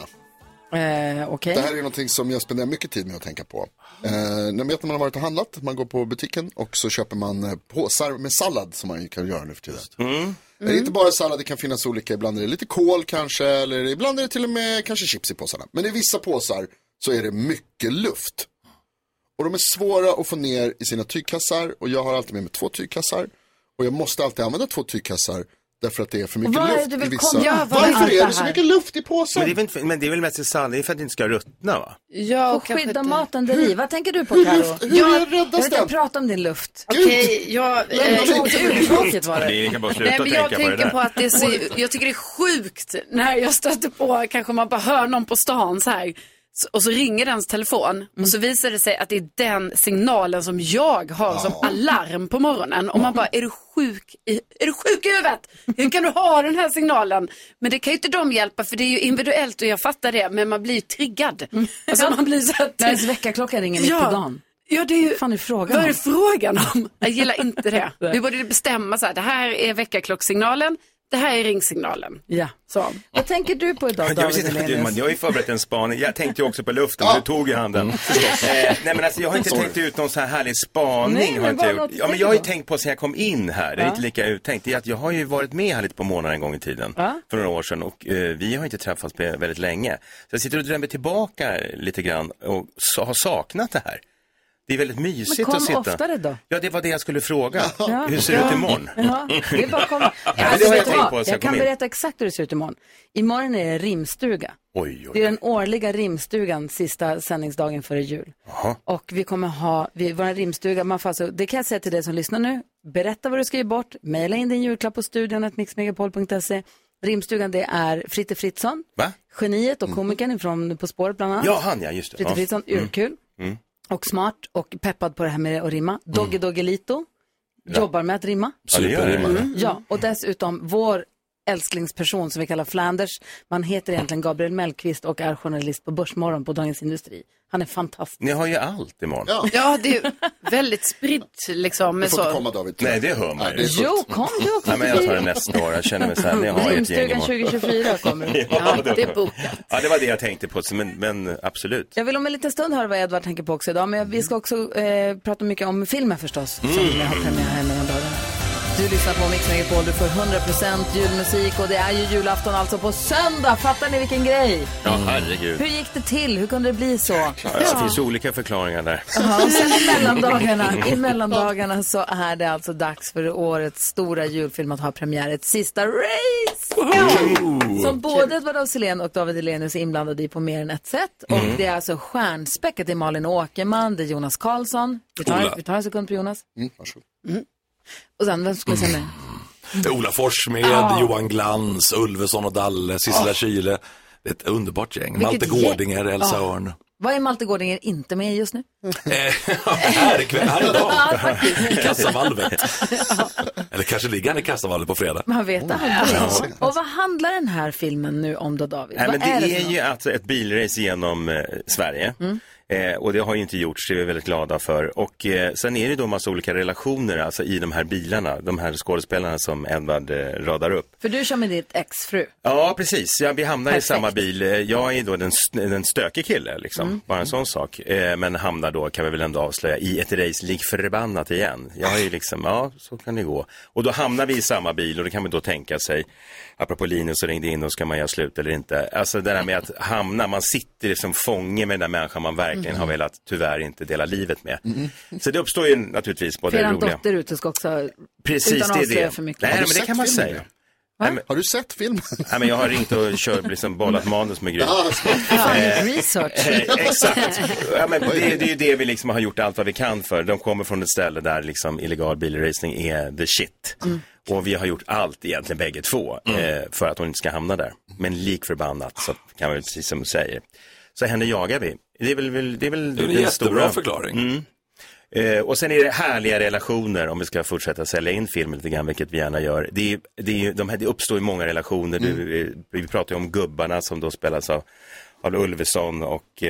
Okay. Det här är någonting som jag spenderar mycket tid med att tänka på. När man har varit och handlat, man går på butiken och så köper man påsar med sallad som man kan göra nu för tiden. Det är inte bara sallad, det kan finnas olika, ibland är det lite kål kanske, eller ibland är det till och med kanske chips i påsarna. Men i vissa påsar så är det mycket luft. Och de är svåra att få ner i sina tygkassar, och jag har alltid med mig 2 tygkassar. Och jag måste alltid använda 2 tygkassar därför att det är för mycket luft i vissa. Varför är det så mycket luft i påsen? Men det är väl mest sallad, det är för att det inte ska ruttna, va? Ja, och skydda maten där i. Vad tänker du på, Karo? Hur räddas den? Jag prata om din luft. Okej, tråkigt var det. Ni kan bara sluta Nej, men jag tänka på det tänker där. på att det är så, jag tycker det är sjukt när jag stöter på, kanske man bara hör någon på stan så här. Och så ringer dens telefon och så visar det sig att det är den signalen som jag har som alarm på morgonen. Och man bara, är du sjuk i huvudet? Hur kan du ha den här signalen? Men det kan ju inte de hjälpa, för det är ju individuellt och jag fattar det. Men man blir ju triggad. Alltså man blir så att... När ens väckarklockan ringer mitt på dagen. Ja, det är ju... Fan är frågan vad är frågan om? Jag gillar inte det. Vi borde bestämma så här, det här är väckarklocksignalen. Det här är ringsignalen. Ja. Så. Vad tänker du på idag, David? Jag har ju förberett en spaning. Jag tänkte ju också på luften, men du tog ju handen. Nej, men alltså, jag har inte tänkt ut någon så här härlig spaning. Nej, har inte gjort. Ja, men jag har ju tänkt på sen jag kom in här. Det är inte lika uttänkt. Det är att jag har ju varit med här lite på månaden en gång i tiden. För några år sedan. Och vi har inte träffats väldigt länge. Så jag sitter och drömmer tillbaka lite grann. Och har saknat det här. Det är väldigt mysigt att sitta. Men kom oftare då. Ja, det var det jag skulle fråga. Hur ser det ut imorgon? Ja, det är bara kom. Jag kan berätta exakt hur det ser ut imorgon. Imorgon är det rimstuga. Oj. Det är den årliga rimstugan sista sändningsdagen före jul. Aha. Och vi kommer ha vår rimstuga. Man får alltså, det kan jag säga till dig som lyssnar nu. Berätta vad du ska ge bort. Maila in din julklapp på studion@mixmegapol.se. Rimstugan, det är Fritte Fritzson. Va? Geniet och komikern från På spåret bland annat. Ja, han, ja, just det. Fritte Fritzson, urkul. Och smart och peppad på det här med att rimma. Doggelito jobbar med att rimma. Superrimma. Ja, och dessutom vår älsklingsperson som vi kallar Flanders. Man heter egentligen Gabriel Mellqvist och är journalist på Börsmorgon på Dagens Industri. Han är fantastisk. Ni har ju allt imorgon. Ja, det är väldigt spritt liksom. Du får inte komma, David. Nej, det hör man. Jo, kom du också. Nej, men jag tar det nästa år. Jag känner mig så här, ni har ett gäng imorgon. 2024 kommer. Ja, det är bokat. Ja, det var det jag tänkte på, men absolut. Jag vill om en liten stund höra vad Edvard tänker på också idag. Men vi ska också prata mycket om filmer förstås. Som vi har premiär här mellan dagarna. Du lyssnar på Mix Megapol, du får 100% julmusik och det är ju julafton alltså på söndag. Fattar ni vilken grej? Ja, herregud. Hur gick det till? Hur kunde det bli så? Ja, det finns olika förklaringar där. Ja, och sen i mellandagarna så är det alltså dags för årets stora julfilm att ha premiär, ett sista race. Som både Edvard af Sillén och David Hellenius är inblandade i på mer än ett sätt. Och det är alltså stjärnspäcket. Det är Malin Åkerman, det är Jonas Karlsson. Vi tar en sekund på Jonas. Varsågod. Och sen, vem skulle säga med? Ola Forssmed, Johan Glans, Ulveson och Dalle, Sissela Kyle. Det är ett underbart gäng. Malte Gårdinger, Elsa Örn. Vad är Malte Gårdinger inte med just nu? Här idag. I kassavalvet. Eller kanske ligger han i kassavalvet på fredag. Man vet aldrig. Och vad handlar den här filmen nu om då, David? Nej, men det är ju alltså ett bilrace genom Sverige. Och det har ju inte gjorts, det är vi väldigt glada för. Och sen är det då en massa olika relationer alltså, i de här bilarna, de här skådespelarna som Edvard radar upp. För du kör med ditt exfru. Ja, precis. Vi hamnar i samma bil. Jag är då den stökig kille, liksom. Bara en sån sak. Men hamnar då, kan vi väl ändå avslöja, i ett race lik förbannat igen. Jag är ju liksom, ja, så kan det gå. Och då hamnar vi i samma bil och då kan man då tänka sig, apropå Linus så ringde in och ska man göra slut eller inte. Alltså det där med att hamna, man sitter liksom fånge med den där människan man verkligen har velat tyvärr inte dela livet med. Så det uppstår ju naturligtvis både För roliga... dotter ute ska också... Precis, utan det är avslöja det. för mycket. Nej, men det kan man säga. Har du sett filmen? Nej, men jag har ringt och kört, liksom, bollat manus med Gry. Research. Exakt. Ja, men det är ju det vi liksom har gjort allt vad vi kan för. De kommer från ett ställe där liksom illegal bilracing är the shit. Och vi har gjort allt egentligen bägge två för att hon inte ska hamna där. Men lik förbannat, så kan man väl precis som du säger. Så henne jagar vi. Det är väl det är en jättebra förklaring. Och sen är det härliga relationer, om vi ska fortsätta sälja in film lite grann, vilket vi gärna gör. Det uppstår ju många relationer. Vi pratar ju om gubbarna som då spelas av Ulveson och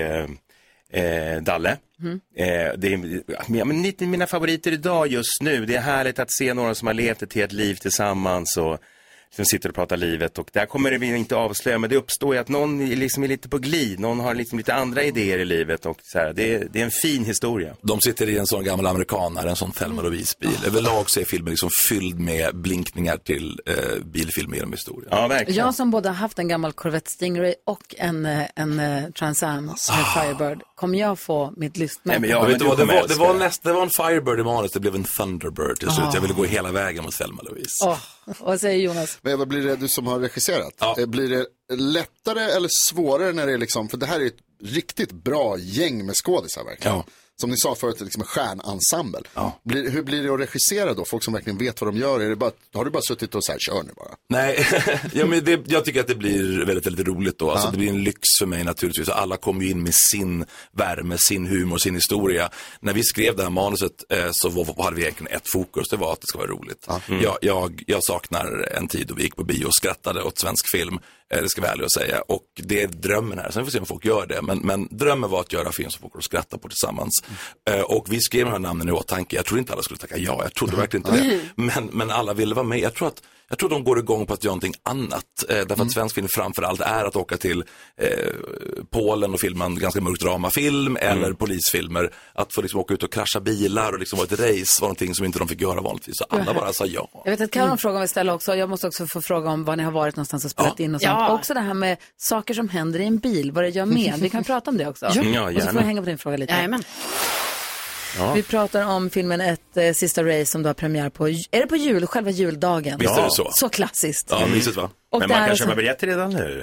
Dalle. Det är mina favoriter idag just nu. Det är härligt att se några som har levt ett helt liv tillsammans och som sitter och pratar livet, och där kommer det inte avslöja, men det uppstår ju att någon liksom är lite på glid, någon har liksom lite andra idéer i livet, och så här, det är en fin historia. De sitter i en sån gammal amerikanare, en sån Thelma Louise-bil. Överlag så är filmen liksom fylld med blinkningar till bilfilmer genom historien. Ja, verkligen. Jag som både har haft en gammal Corvette Stingray och en Trans Am med Firebird, kommer jag få mitt lystmärke? Det var en Firebird i manus, det blev en Thunderbird till slut. Jag ville gå hela vägen mot Thelma Louise. Vad säger Jonas? Men vad blir det du som har regisserat? Blir det lättare eller svårare när det är liksom, för det här är ett riktigt bra gäng med skådisar verkligen. Ja. Som ni sa förut, liksom en stjärnensemble. Hur blir det att regissera då? Folk som verkligen vet vad de gör. Har du bara suttit och så här, kör nu bara? Nej, jag tycker att det blir väldigt, väldigt roligt då. Alltså, det blir en lyx för mig naturligtvis. Alla kommer ju in med sin värme, sin humor, sin historia. När vi skrev det här manuset så hade vi egentligen ett fokus. Det var att det ska vara roligt. Jag saknar en tid då vi gick på bio och skrattade åt svensk film. Det ska jag väl säga. Och det är drömmen här. Sen får vi se om folk gör det. Men drömmen var att göra film som folk går skratta på tillsammans. Och vi skrev de här namnen i åtanke. Jag tror inte alla skulle tacka ja. Jag trodde verkligen inte det. Men alla ville vara med. Jag tror de går igång på att göra någonting annat. Därför att svensk film framförallt är att åka till Polen och filma en ganska mörk dramafilm eller polisfilmer. Att få liksom åka ut och krascha bilar och liksom vara ett race var någonting som inte de fick göra vanligtvis. Så alla bara sa ja. Jag vet att Karin frågar vi ställa också. Jag måste också få fråga om var ni har varit någonstans och spelat in och sånt. Också det här med saker som händer i en bil. Vad det gör med. Vi kan prata om det också. Ja, och så får vi hänga på din fråga lite. Jajamän. Ja. Vi pratar om filmen Ett sista race som du har premiär på. Är det på jul, själva juldagen? Visst är det så. Så klassiskt. Ja, visst va? Men man kan köpa biljetter redan nu.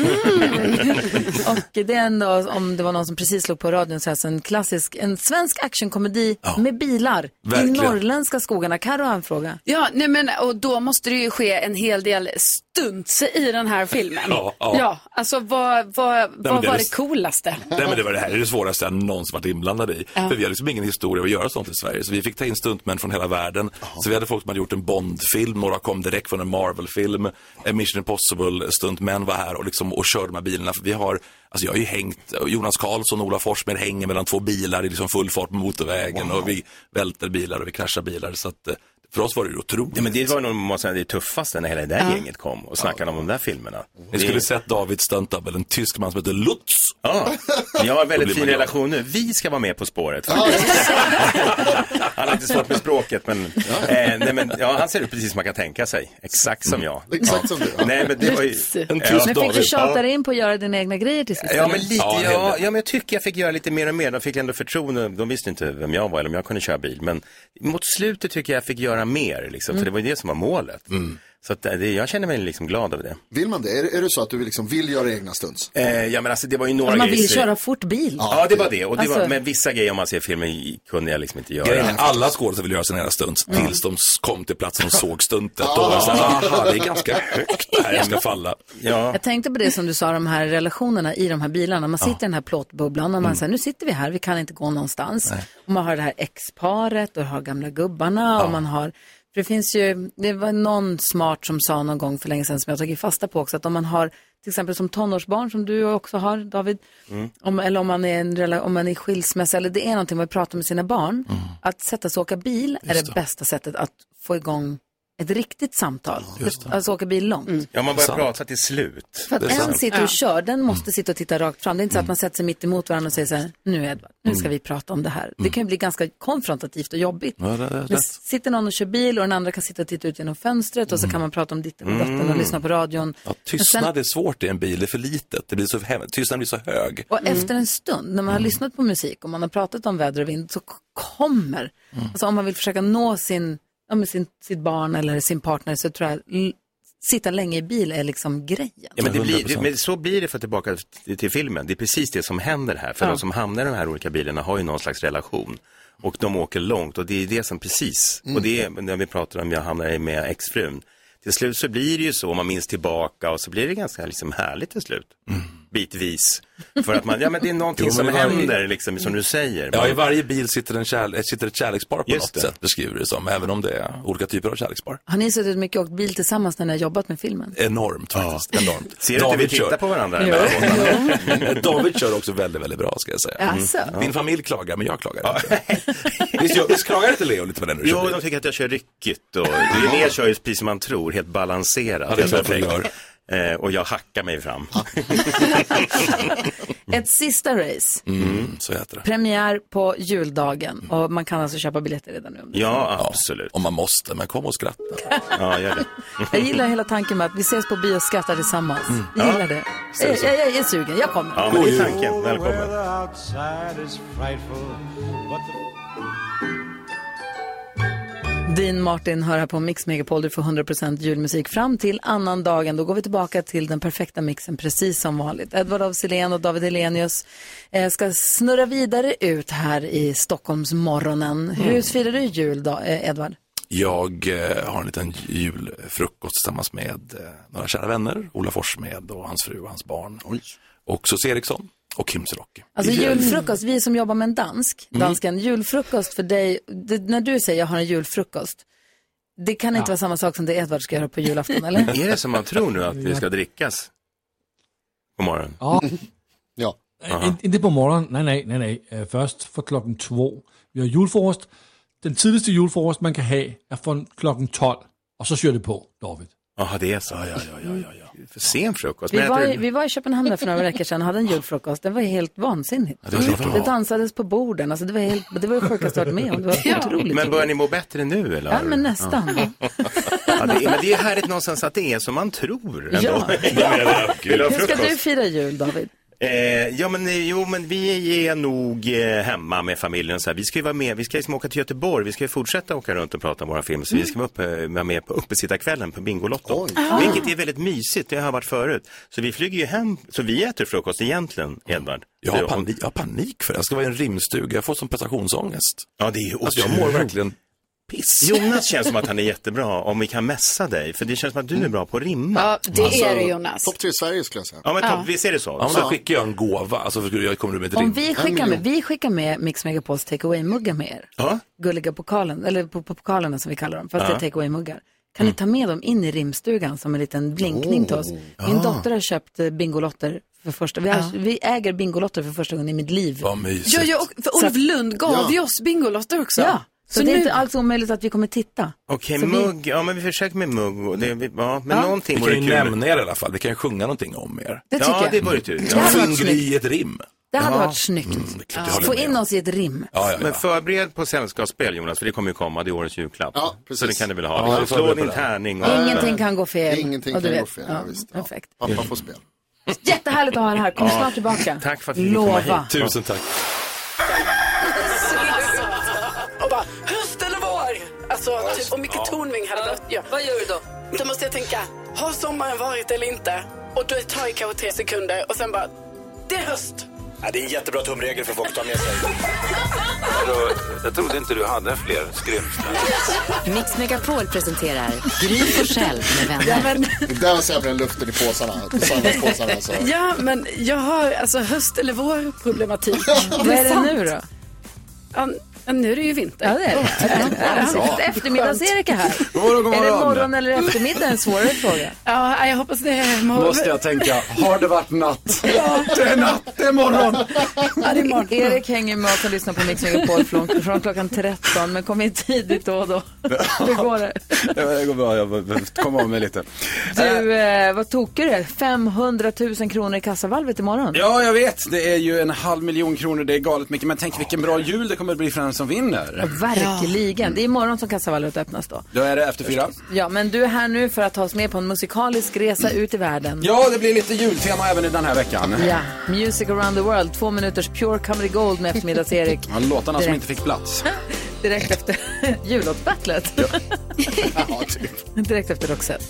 Och det är ändå, om det var någon som precis slog på radion, så här, en svensk actionkomedi med bilar i norrländska skogarna. Karo har en fråga. Ja, nej men, och då måste det ju ske en hel del stunts i den här filmen. Ja, alltså vad var det coolaste? Nej, men det här är det svåraste jag någonsin varit inblandad i. För vi har liksom ingen historia att göra sånt i Sverige. Så vi fick ta in stuntmän från hela världen. Så vi hade folk som hade gjort en Bond-film, några kom direkt från en Marvel-film. Mission Impossible stuntmän var här och körde de här bilarna. För vi har, alltså jag har ju hängt, Jonas Karlsson och Ola Forsmed hänger mellan två bilar i liksom full fart på motorvägen. Och vi välter bilar och vi kraschar bilar. Så att för oss var det otroligt. Ja, men det var nog det tuffaste när hela det där gänget kom och snackade om de där filmerna. Ni skulle sett David stuntdubbel, en tysk man som heter Lutz. Ja, jag har väldigt fin relation nu. Vi ska vara med På spåret. Han har inte svårt med språket, men, han ser ut precis som man kan tänka sig. Exakt som jag. Exakt som du. Nej, men det var ju men fick du tjata dig in på att göra dina egna grejer till sist? Ja, men lite. Ja, men jag tycker jag fick göra lite mer och mer. De fick ändå förtroende. De visste inte vem jag var eller om jag kunde köra bil. Men mot slutet tycker jag fick göra mer, liksom, för det var ju det som var målet. Så att jag känner mig liksom glad över det. Vill man det? Är det så att du liksom vill göra egna stunts? Ja, men alltså det var ju några man grejer. vill köra fort bil. Ja, det var det. Och det Alltså... var, men vissa grejer om man ser filmen kunde jag liksom inte göra. Alla skådespelare vill göra sina egna stunts tills de kom till platsen och såg stuntet. Då var det så här, det är ganska högt det här jag ska falla. Ja. Jag tänkte på det som du sa, de här relationerna i de här bilarna. Man sitter i den här plåtbubblan och man säger, nu sitter vi här, vi kan inte gå någonstans. Nej. Och man har det här ex-paret och har gamla gubbarna och man har... För det finns ju, det var någon smart som sa någon gång för länge sedan som jag tagit fasta på också, att om man har till exempel som tonårsbarn som du också har, David, eller om man är i skilsmässa eller det är någonting man pratar med sina barn, att sätta sig och åka bil är det bästa sättet att få igång ett riktigt samtal. Alltså åka bil långt. Ja, man börjar prata till slut. För att en sitter och kör, den måste sitta och titta rakt fram. Det är inte så att man sätter sig mitt emot varandra och säger så här, nu Edvard, nu ska vi prata om det här. Det kan ju bli ganska konfrontativt och jobbigt. Det sitter någon och kör bil och den andra kan sitta och titta ut genom fönstret och så kan man prata om ditt och datten och lyssna på radion. Ja, tystnad är svårt i en bil, det är för litet. Det blir så tystnaden blir så hög. Och efter en stund, när man har lyssnat på musik och man har pratat om väder och vind, så kommer, alltså om man vill försöka nå med sitt barn eller sin partner, så tror jag sitta länge i bil är liksom grejen. Ja, men så blir det för tillbaka till filmen. Det är precis det som händer här. För de som hamnar i de här olika bilarna har ju någon slags relation. Och de åker långt och det är det som precis. Och det är när vi pratar om jag hamnar med exfrun. Till slut så blir det ju så, om man minns tillbaka och så blir det ganska liksom härligt till slut. Bitvis. För att man, men det är någonting som händer liksom, som du säger. Ja, i varje bil sitter ett kärlekspar på något sätt, beskriver det som. Även om det är olika typer av kärlekspar. Har ni suttit mycket och åkt bil tillsammans när ni har jobbat med filmen? Enormt faktiskt, enormt. Ser du att vi tittar på varandra? David kör också väldigt, väldigt bra, ska jag säga. Alltså. Din familj klagar, men jag klagar inte. Visst klagar inte Leo lite på den? Jo, de tycker att jag kör ryckigt. Och Linnea kör ju precis som man tror, helt balanserat. Ja, det är perfekt. Och jag hackar mig fram. Ett sista race. Så heter det. Premiär på juldagen. Och man kan alltså köpa biljetter redan nu. Ja, absolut. Om man måste, men kom och skratta. Ja, gör det. Jag gillar hela tanken med att vi ses på bio och skrattar tillsammans. Jag gillar det. Jag är sugen, jag kommer. Ja, men det är tanken. Välkommen. Dean Martin hör här på Mix Megapol. Du får 100% julmusik fram till annan dagen. Då går vi tillbaka till den perfekta mixen, precis som vanligt. Edvard af Sillén och David Hellenius ska snurra vidare ut här i Stockholms morgonen. Hur firar du jul då, Edvard? Jag har en liten julfrukost tillsammans med några kära vänner. Ola Forssmed och hans fru och hans barn. Och Sus Eriksson. Och Kim Sulocki. Alltså julfrukost, vi som jobbar med en dansken, julfrukost för dig, när du säger jag har en julfrukost, det kan inte vara samma sak som det Edvard ska göra på julafton, eller? Är det som man tror nu att det ska drickas på morgonen? Ja. Inte på morgonen, nej. Först för 2:00. Vi har julfrokost. Den tidigaste julfrokost man kan ha är från 12:00. Och så kör det på, David. Ja, det är så. Ja. För sen frukost. Vi var i Köpenhamn där för några veckor sedan och hade en julfrukost. Det var helt vansinnigt. Det dansades på borden. Alltså det var det sjukaste jag varit med om. Det var otroligt. Men börjar ni må bättre nu, eller? Ja, men nästan. Men det är härligt någonstans att det är som man tror. Ja. Hur ska du fira jul, David? Men vi är nog hemma med familjen så här. Vi ska ju vara med, vi ska liksom åka till Göteborg. Vi ska ju fortsätta åka runt och prata om våra filmer. Så vi ska vara med på uppesittarkvällen på Bingolotto. Vilket är väldigt mysigt, det har varit förut. Så vi flyger ju hem, så vi äter frukost egentligen, Edvard. Jag har panik för det. Jag ska vara i en rimstuga, jag får som prestationsångest. Ja, det är ju alltså, jag mår verkligen piss. Jonas känns som att han är jättebra om vi kan mässa dig. För det känns som att du är bra på att rimma. Ja, det är det, Jonas. Topp 3 i Sverige skulle jag säga. Ja, men visst är det så. Ja, men så skickar jag en gåva. Alltså, jag kommer med ett rim. Om vi skickar med Mix Megapols takeaway-muggar med er. Ja. Gulliga pokalen, eller på pokalerna som vi kallar dem. Fast det är takeaway-muggar. Kan ni ta med dem in i rimstugan som en liten blinkning till oss? Min dotter har köpt bingolotter för första. Vi äger bingolotter för första gången i mitt liv. Vad mysigt. Ja, för Olof Lund gav ju oss bingolotter också. Ja. Så det är inte alls omöjligt att vi kommer titta. Okej, mugg. Ja, men vi försöker med mugg. Men någonting vi kan ju nämna er i alla fall. Vi kan ju sjunga någonting om er. Det tycker jag. Det börjar ju. Fingri ett rim. Det hade varit snyggt. Få in oss i ett rim. Ja. Men förbered på sällskapsspel, Jonas, för det kommer ju komma. Det är årets julklapp. Ja, precis. Så det kan du väl ha. Ja, slå din tärning. Ingenting kan gå fel. Ingenting kan gå fel. Ja, visst. Perfekt. Pappa får spel. Jättehärligt att ha det här. Kom snart tillbaka. Tack för att vi fick komma hit. Tusen tack. Höst eller vår? Alltså, typ, om mycket tonving hade behövt göra. Vad gör du då? Då måste jag tänka, har sommaren varit eller inte? Och då tar det kanske 3 sekunder och sen bara, det är höst. Ja, det är en jättebra tumregel för folk att ta med sig. Jag trodde inte du hade fler skrymslen. Mix Megapol presenterar Gry Forssell med vänner. Ja, men... Det där var sämre än luften i påsarna. Alltså. Ja, men jag har alltså höst- eller vår-problematik. Vad är det nu då? Ja, nu är det ju vinter. Ja, det är det. Eftermiddags-Erik är här. God är det morgon eller eftermiddag? En svårare fråga. Ja, jag hoppas det är morgon. Måste jag tänka, har det varit natt? Ja, det är natt, det är morgon. Ja, det är morgon. Erik hänger med oss och lyssnar på Mix Megapol från klockan 13, men kom in tidigt då och då. Hur går det? Det går bra, jag behöver komma av mig lite. Du, vad tokar det? 500 000 kronor i kassavalvet imorgon. Ja, jag vet. Det är ju 500 000 kronor, det är galet mycket. Men tänk vilken bra jul det kommer att bli för den som vinner. Ja, verkligen. Det är imorgon som kassavalvet öppnas då. Då är det efter 4. Ja, men du är här nu för att ta oss med på en musikalisk resa ut i världen. Ja, det blir lite jultema även i den här veckan. Ja, Music around the world. 2 minuters pure comedy gold med eftermiddags-Erik. Ja, låtarna direkt. Som inte fick plats. Direkt efter jullåtsbattlet. Ja. Ja, typ. Direkt efter Roxette.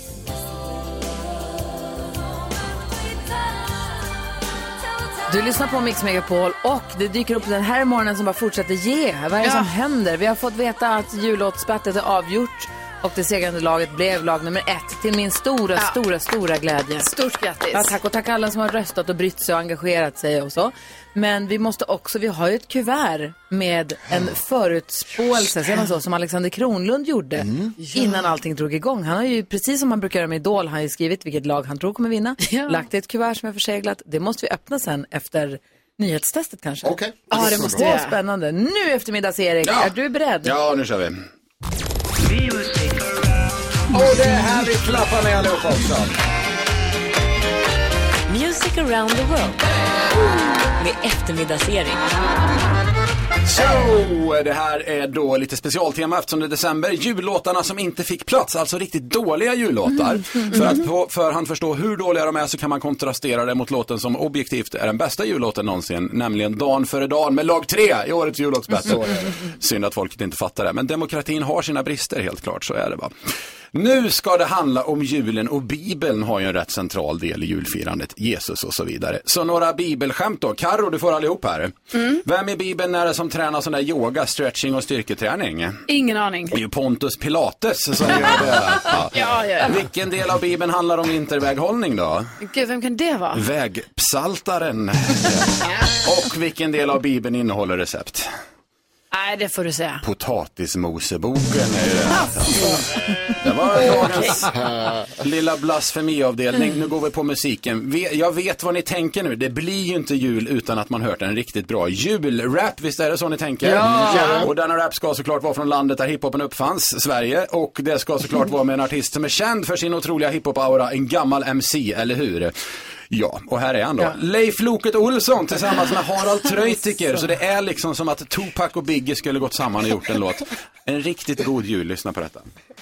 Du lyssnar på Mix Megapol och det dyker upp den här morgonen som bara fortsätter ge. Vad är det som händer? Vi har fått veta att jullåtsbattlet är avgjort och det segrande laget blev lag nummer 1 till min stora glädje. Stort grattis. Ja, tack och tack alla som har röstat och brytt sig och engagerat sig och så. Men vi måste också, vi har ju ett kuvert med en förutspåelse, ser man så, som Alexander Kronlund gjorde innan allting drog igång. Han har ju, precis som man brukar göra med Idol, han har ju skrivit vilket lag han tror kommer vinna. Lagt i ett kuvert som är förseglat. Det måste vi öppna sen efter nyhetstestet kanske. Okej. Ja, det måste vara spännande. Nu eftermiddags, Erik, är du beredd? Ja, nu kör vi. Och det är här vi klappar med allihopa också. Music around the world med eftermiddags-Erik. Så, det här är då lite specialtema eftersom det är december. Jullåtarna som inte fick plats, alltså riktigt dåliga jullåtar. För att på förhand förstå hur dåliga de är så kan man kontrastera det mot låten som objektivt är den bästa jullåten någonsin. Nämligen Dan före Dan med lag 3 i årets jullåtsbattle. Synd att folket inte fattar det. Men demokratin har sina brister, helt klart, så är det va. Nu ska det handla om julen och Bibeln har ju en rätt central del i julfirandet, Jesus och så vidare. Så några bibelskämt då. Karo, du får allihop här. Vem i Bibeln är det som tränar sån där yoga, stretching och styrketräning? Ingen aning. Det är ju Pontus Pilates som gör det. Ja. Vilken del av Bibeln handlar om vinterväghållning då? Gud, vem kan det vara? Vägpsaltaren. Och vilken del av Bibeln innehåller recept? Nej, det får du säga. Potatismoseboken är ju det. Det var dagens lilla blasfemiavdelning. Nu går vi på musiken. Jag vet vad ni tänker nu. Det blir ju inte jul utan att man hört en riktigt bra julrap. Visst är det så ni tänker? Ja. Och denna rap ska såklart vara från landet där hiphopen uppfanns, Sverige. Och det ska såklart vara med en artist som är känd för sin otroliga hiphop-aura. En gammal MC, eller hur? Ja, och här är han då. Leif Loket Olsson tillsammans med Harald Treutiger. Så det är liksom som att Tupac och Biggie skulle gått samman och gjort en låt. En riktigt god jul, lyssna på detta.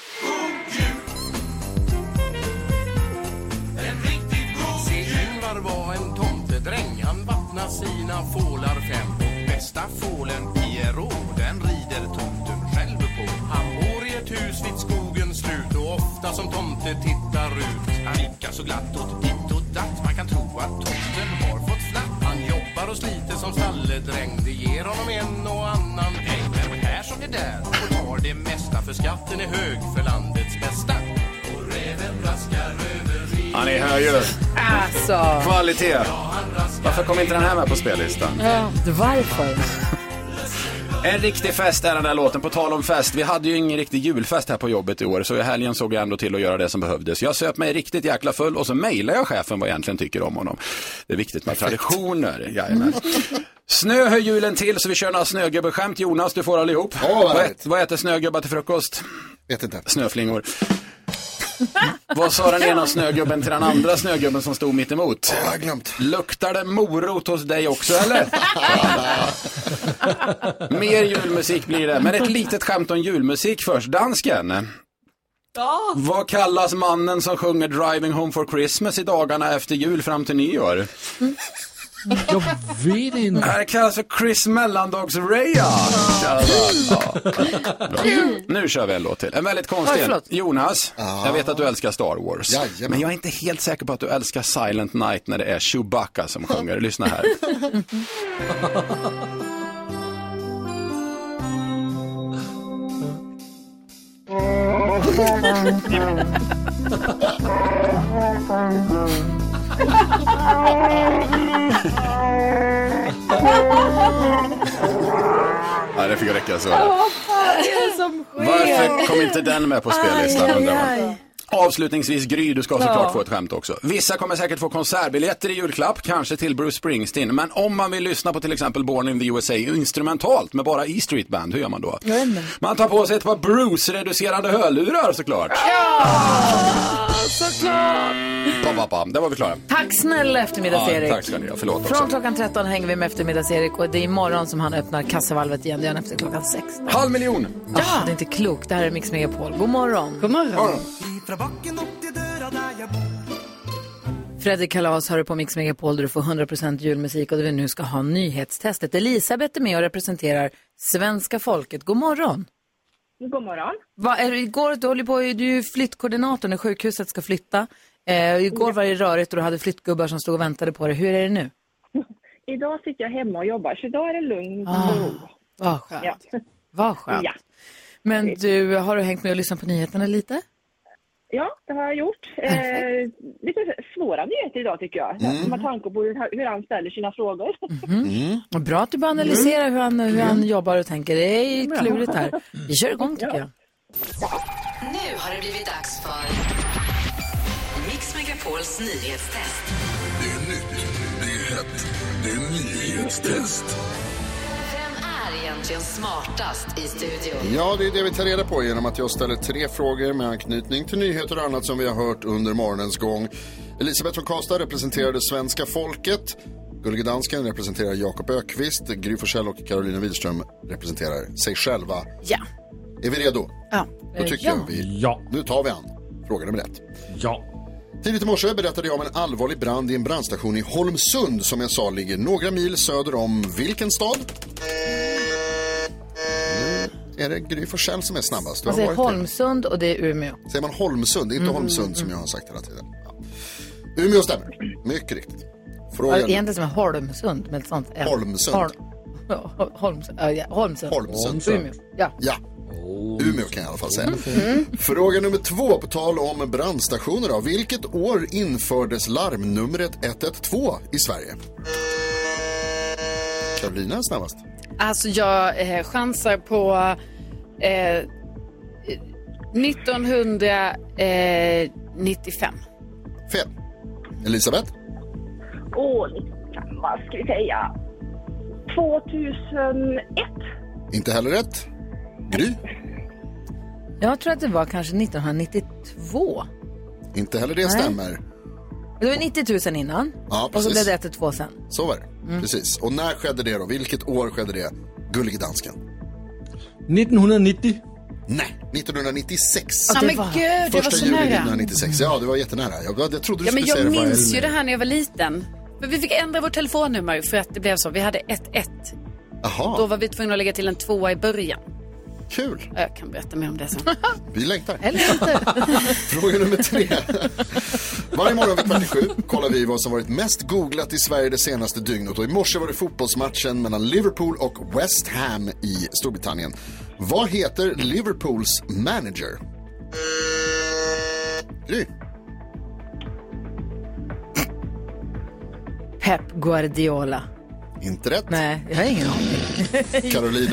En riktigt god jul. Ingvar var en tomtedräng. Han vattnar sina fålar 5. Och bästa fålen Piero, den rider tomten själv på. Han bor i ett hus vid skogens slut. Och ofta som tomte tittar ut. Han nickar så glatt åt ditt och datt. Man kan tro att tomten har fått flatt. Han jobbar och sliter som stalledräng. Det ger honom en och annan peng. Men här som det där och tar det mesta. För skatten är hög för landets bästa. Och räven raskar över ring. Han är hög ju. Alltså. Kvalitet. Varför kom inte den här med på spellistan? Ja, varför? En riktig fest är den där låten. På tal om fest, vi hade ju ingen riktig julfest här på jobbet i år. Så i helgen såg jag ändå till att göra det som behövdes. Jag söp mig riktigt jäkla full och så mejlade jag chefen vad jag egentligen tycker om honom. Det är viktigt med traditioner. Jajamän. Snö hör julen till så vi kör några snögubbeskämt. Jonas, du får allihop. Vad äter snögubbar till frukost? Vet inte. Snöflingor. Vad sa den ena snögubben till den andra snögubben som stod mitt emot? Jag har glömt. Luktar det morot hos dig också, eller? Mer julmusik blir det. Men ett litet skämt om julmusik först. Dansken. Ja. Vad kallas mannen som sjunger Driving Home for Christmas i dagarna efter jul fram till nyår? Jag vet inte. Det här kallas för Chris Mellandags-Raya. Nu kör vi en låt till. En väldigt konstig. Jonas, jag vet att du älskar Star Wars. Jajamän. Men jag är inte helt säker på att du älskar Silent Night när det är Chewbacca som sjunger. Lyssna här. Ja, det fick räcka så. Varför kom inte den med på spellistan, undrar man. Avslutningsvis, Gry, du ska såklart få ett skämt också. Vissa kommer säkert få konsertbiljetter i julklapp, kanske till Bruce Springsteen. Men om man vill lyssna på till exempel Born in the USA instrumentalt med bara E Street Band, hur gör man då? Man tar på sig ett par Bruce-reducerande hörlurar såklart. Ja, såklart. Där var vi klara. Tack snälla eftermiddags-Erik. Tack ska ni ha, förlåt också. Från klockan 13 hänger vi med eftermiddags-Erik och det är imorgon som han öppnar kassavalvet igen. Det är efter klockan 16. 500 000. Ja, det är inte klokt. Det här är Mix Megapol. God morgon. God morgon. Fredrik Kalas hör på Mix Megapol där du får 100% julmusik och där vi nu ska ha nyhetstestet. Elisabeth är med och representerar svenska folket. God morgon. God morgon. Igår, du är ju flyttkoordinator när sjukhuset ska flytta. Igår var det rörigt och du hade flyttgubbar som stod och väntade på dig. Hur är det nu? Idag sitter jag hemma och jobbar, så idag är det lugn. Vad skönt. Ja. Vad skönt. Ja. Men har du hängt med och lyssnat på nyheterna lite? Ja, det har jag gjort. Lite svåra nyheter idag tycker jag. Med tanke på hur han ställer sina frågor. Bra att du bara analyserar hur han jobbar och tänker. Det är klurigt här. Vi kör igång tycker jag. Nu har det blivit dags för Mix Megapols nyhetstest. Det är nytt, det är hett, det är nyhetstest. Vem är egentligen smartast i studion? Ja, det är det vi tar reda på genom att jag ställer 3 frågor med anknytning till nyheter och annat som vi har hört under morgonens gång. Elisabeth från Karlstad representerar det svenska folket. Gullige Dansken representerar Jakob Ökvist. Gry Forssell och Carolina Widström representerar sig själva. Ja. Är vi redo? Ja. Då tycker vi. Ja. Nu tar vi an. Fråga nummer 1. Ja. Tidigt i morse berättade jag om en allvarlig brand i en brandstation i Holmsund som jag sa ligger några mil söder om vilken stad? Nu är det Gry Forssell som är snabbast. Man säger Holmsund och det är Umeå. Säger man Holmsund, inte Holmsund som jag har sagt hela tiden. Ja. Umeå stämmer, mycket riktigt. Frågan... Egentligen som är Holmsund med ett sånt. Holmsund. Holmsund. Umeå. Ja. Umeå kan jag i alla fall säga. Fråga nummer 2 på tal om brandstationer då. Vilket år infördes larmnumret 112 i Sverige? Carolina är snabbast. Alltså jag chansar på 1995. Fel. Elisabeth? Vad ska vi säga? 2001. Inte heller rätt. Gry? Jag tror att det var kanske 1992. Inte heller det stämmer. Det var 90 000 innan. Ja, och så blev det 112 sen. Så var det, precis. Och när skedde det då? Vilket år skedde det? Gullige Dansken. 1990. Nej, 1996. Ja, men gud, det var så nära. 1996, ja det var jättenära. Jag trodde du skulle säga det. Men jag minns ju det här när jag var liten. Men vi fick ändra vårt telefonnummer för att det blev så. Vi hade 11. Jaha. Då var vi tvungna att lägga till en 2 i början. Kul. Jag kan berätta mer om det sen. Vi längtar. Eller inte. Fråga nummer 3. Varje morgon vid 6:45 kollar vi vad som varit mest googlat i Sverige det senaste dygnet. Och i morse var det fotbollsmatchen mellan Liverpool och West Ham i Storbritannien. Vad heter Liverpools manager? Gry. Pep Guardiola. Inte rätt. Nej, jag har ingen aning. Carolina.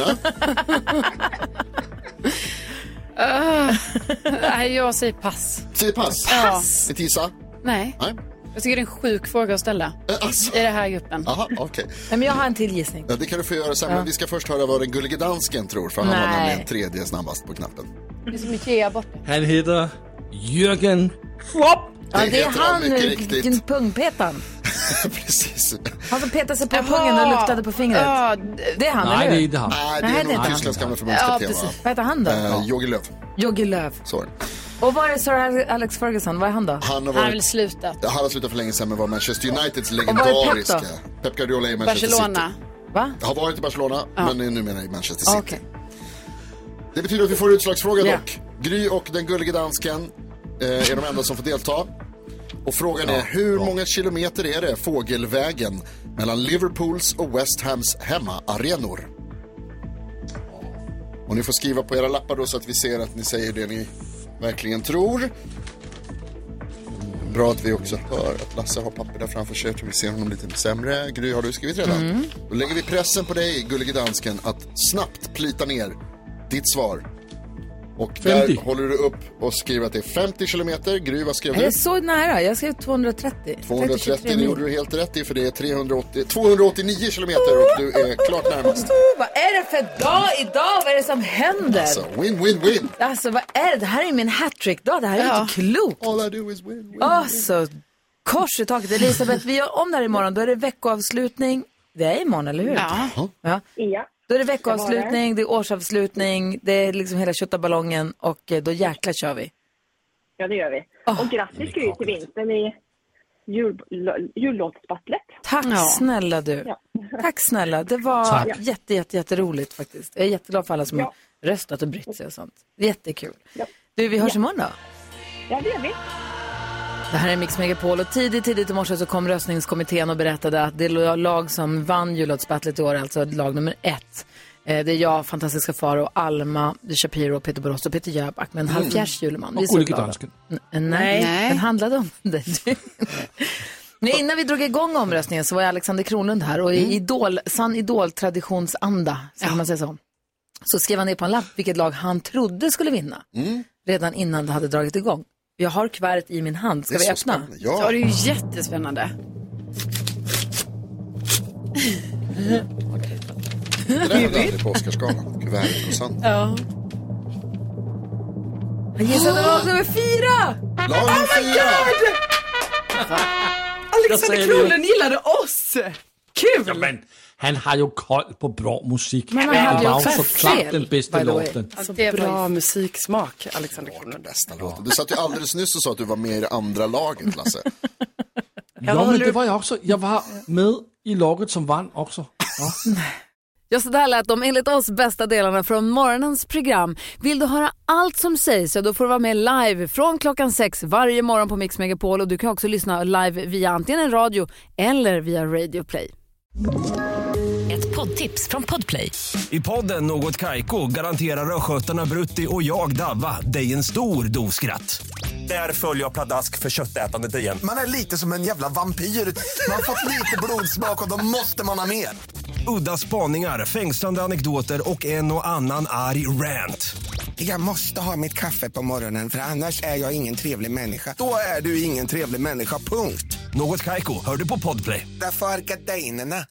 Nej, jag säger pass. Säger pass? Pass. Inte gissa? Nej. Jag tycker det är en sjuk fråga att ställa i den här gruppen. Aha, okej. Men jag har en till gissning. Ja, det kan du få göra sen, men vi ska först höra vad den Gullige Dansken tror, för han var nämligen 3D snabbast på knappen. Det är som Ikea borta. Han heter Jürgen Klopp. Ja, det är han nu, vilken pungpetan. Precis. Han som petade sig på pungen och luktade på fingret. Det är han, Nej, eller hur? det är inte han. Nej, det är nog Tysklands gamla förbundskapten. Vad heter han då? Jogi Löw. Jogi Löw. Så. Och vad är Sir Alex Ferguson? Vad är han då? Han har väl slutat. Han har slutat för länge sedan, men var Manchester Uniteds Och vad är legendariska. Pep Guardiola i Manchester Barcelona. City. Va? Har varit i Barcelona, men är numera i Manchester City. Okay. Det betyder att vi får utslagsfråga dock. Gry och den gullige dansken är de enda som får delta. Och frågan är, hur många kilometer är det fågelvägen mellan Liverpools och West Hams hemmaarenor? Och ni får skriva på era lappar då så att vi ser att ni säger det ni verkligen tror. Bra att vi också hör att Lasse har papper där framför sig. Jag tror vi ser honom lite sämre. Gry, har du skrivit redan? Då lägger vi pressen på dig, gullige dansken, att snabbt plita ner ditt svar. Och 50. Där håller du upp och skriver att det är 50 kilometer. Gry, vad skrev du? Jag är så nära, jag skrev 230. 230, det gjorde du helt rätt i, för det är 289 kilometer och du är klart närmast. Vad är det för dag idag? Vad är det som händer? Alltså, win. Alltså, vad är det? Det här är min hattrick-dag, det här är inte klokt. All I do is win. Alltså, kors i taket. Elisabeth, vi gör om där imorgon. Då är det veckoavslutning. Det är imorgon, eller hur? Ja. Då är det veckoavslutning, det är årsavslutning, det är liksom hela köttaballongen och då jäkla kör vi. Ja, det gör vi. Och grattis Gry till vinsten i jullåtsbattlet. Tack snälla du. Ja. Tack snälla. Det var jätteroligt faktiskt. Jag är jätteglad för alla som har röstat och brytt sig och sånt. Jättekul. Ja. Du, vi hörs imorgon då. Ja, det gör vi. Det här är Mix Megapol och tidigt i morse så kom röstningskommittén och berättade att det lag som vann jullåtsbattlet i år, alltså lag nummer 1. Det är jag, Fantastiska Faro, Alma, Shapiro, Peter Borås och Peter Jöback med en halvfjärds julman. Och gullige dansken. Nej, den handlade om det. Innan vi drog igång omröstningen så var Alexander Kronlund här och i sann idol-traditionsanda, så kan man säga så skrev han ner på en lapp vilket lag han trodde skulle vinna. Redan innan det hade dragit igång. Jag har kuvertet i min hand. Ska vi öppna? Ja, det är ju jättespännande. Det där hände aldrig på Oscarsgalan. Kuvertet och sant. Ja. Jag gissade lag nummer 4! Lag nummer 4! Alexander Kronlund gillade oss! Kul! Ja, men han har ju koll på bra musik. Men han hade ju så klart den bästa låten. Alltså, det är bra musiksmak, Alexander Kronlund. Bästa låten. Du satt ju alldeles nyss och sa att du var med i det andra laget, Lasse. Ja, men det var jag också. Jag var med i laget som vann också. Ja, så där lät de enligt oss bästa delarna från morgonens program. Vill du höra allt som sägs så då får du vara med live från klockan 6 varje morgon på Mix Megapol. Och du kan också lyssna live via antingen en radio eller via Radio Play. Ett poddtips från Podplay. I podden Något Kaiko garanterar röskötarna Brutti och jag Davva dig en stor doskratt. Där följer jag pladask för köttätandet igen. Man är lite som en jävla vampyr. Man har fått lite blodsmak och då måste man ha mer. Udda spaningar, fängslande anekdoter och en och annan arg rant. Jag måste ha mitt kaffe på morgonen för annars är jag ingen trevlig människa. Då är du ingen trevlig människa, punkt. Något Kaiko, hör du på Podplay. Därför är gardinerna.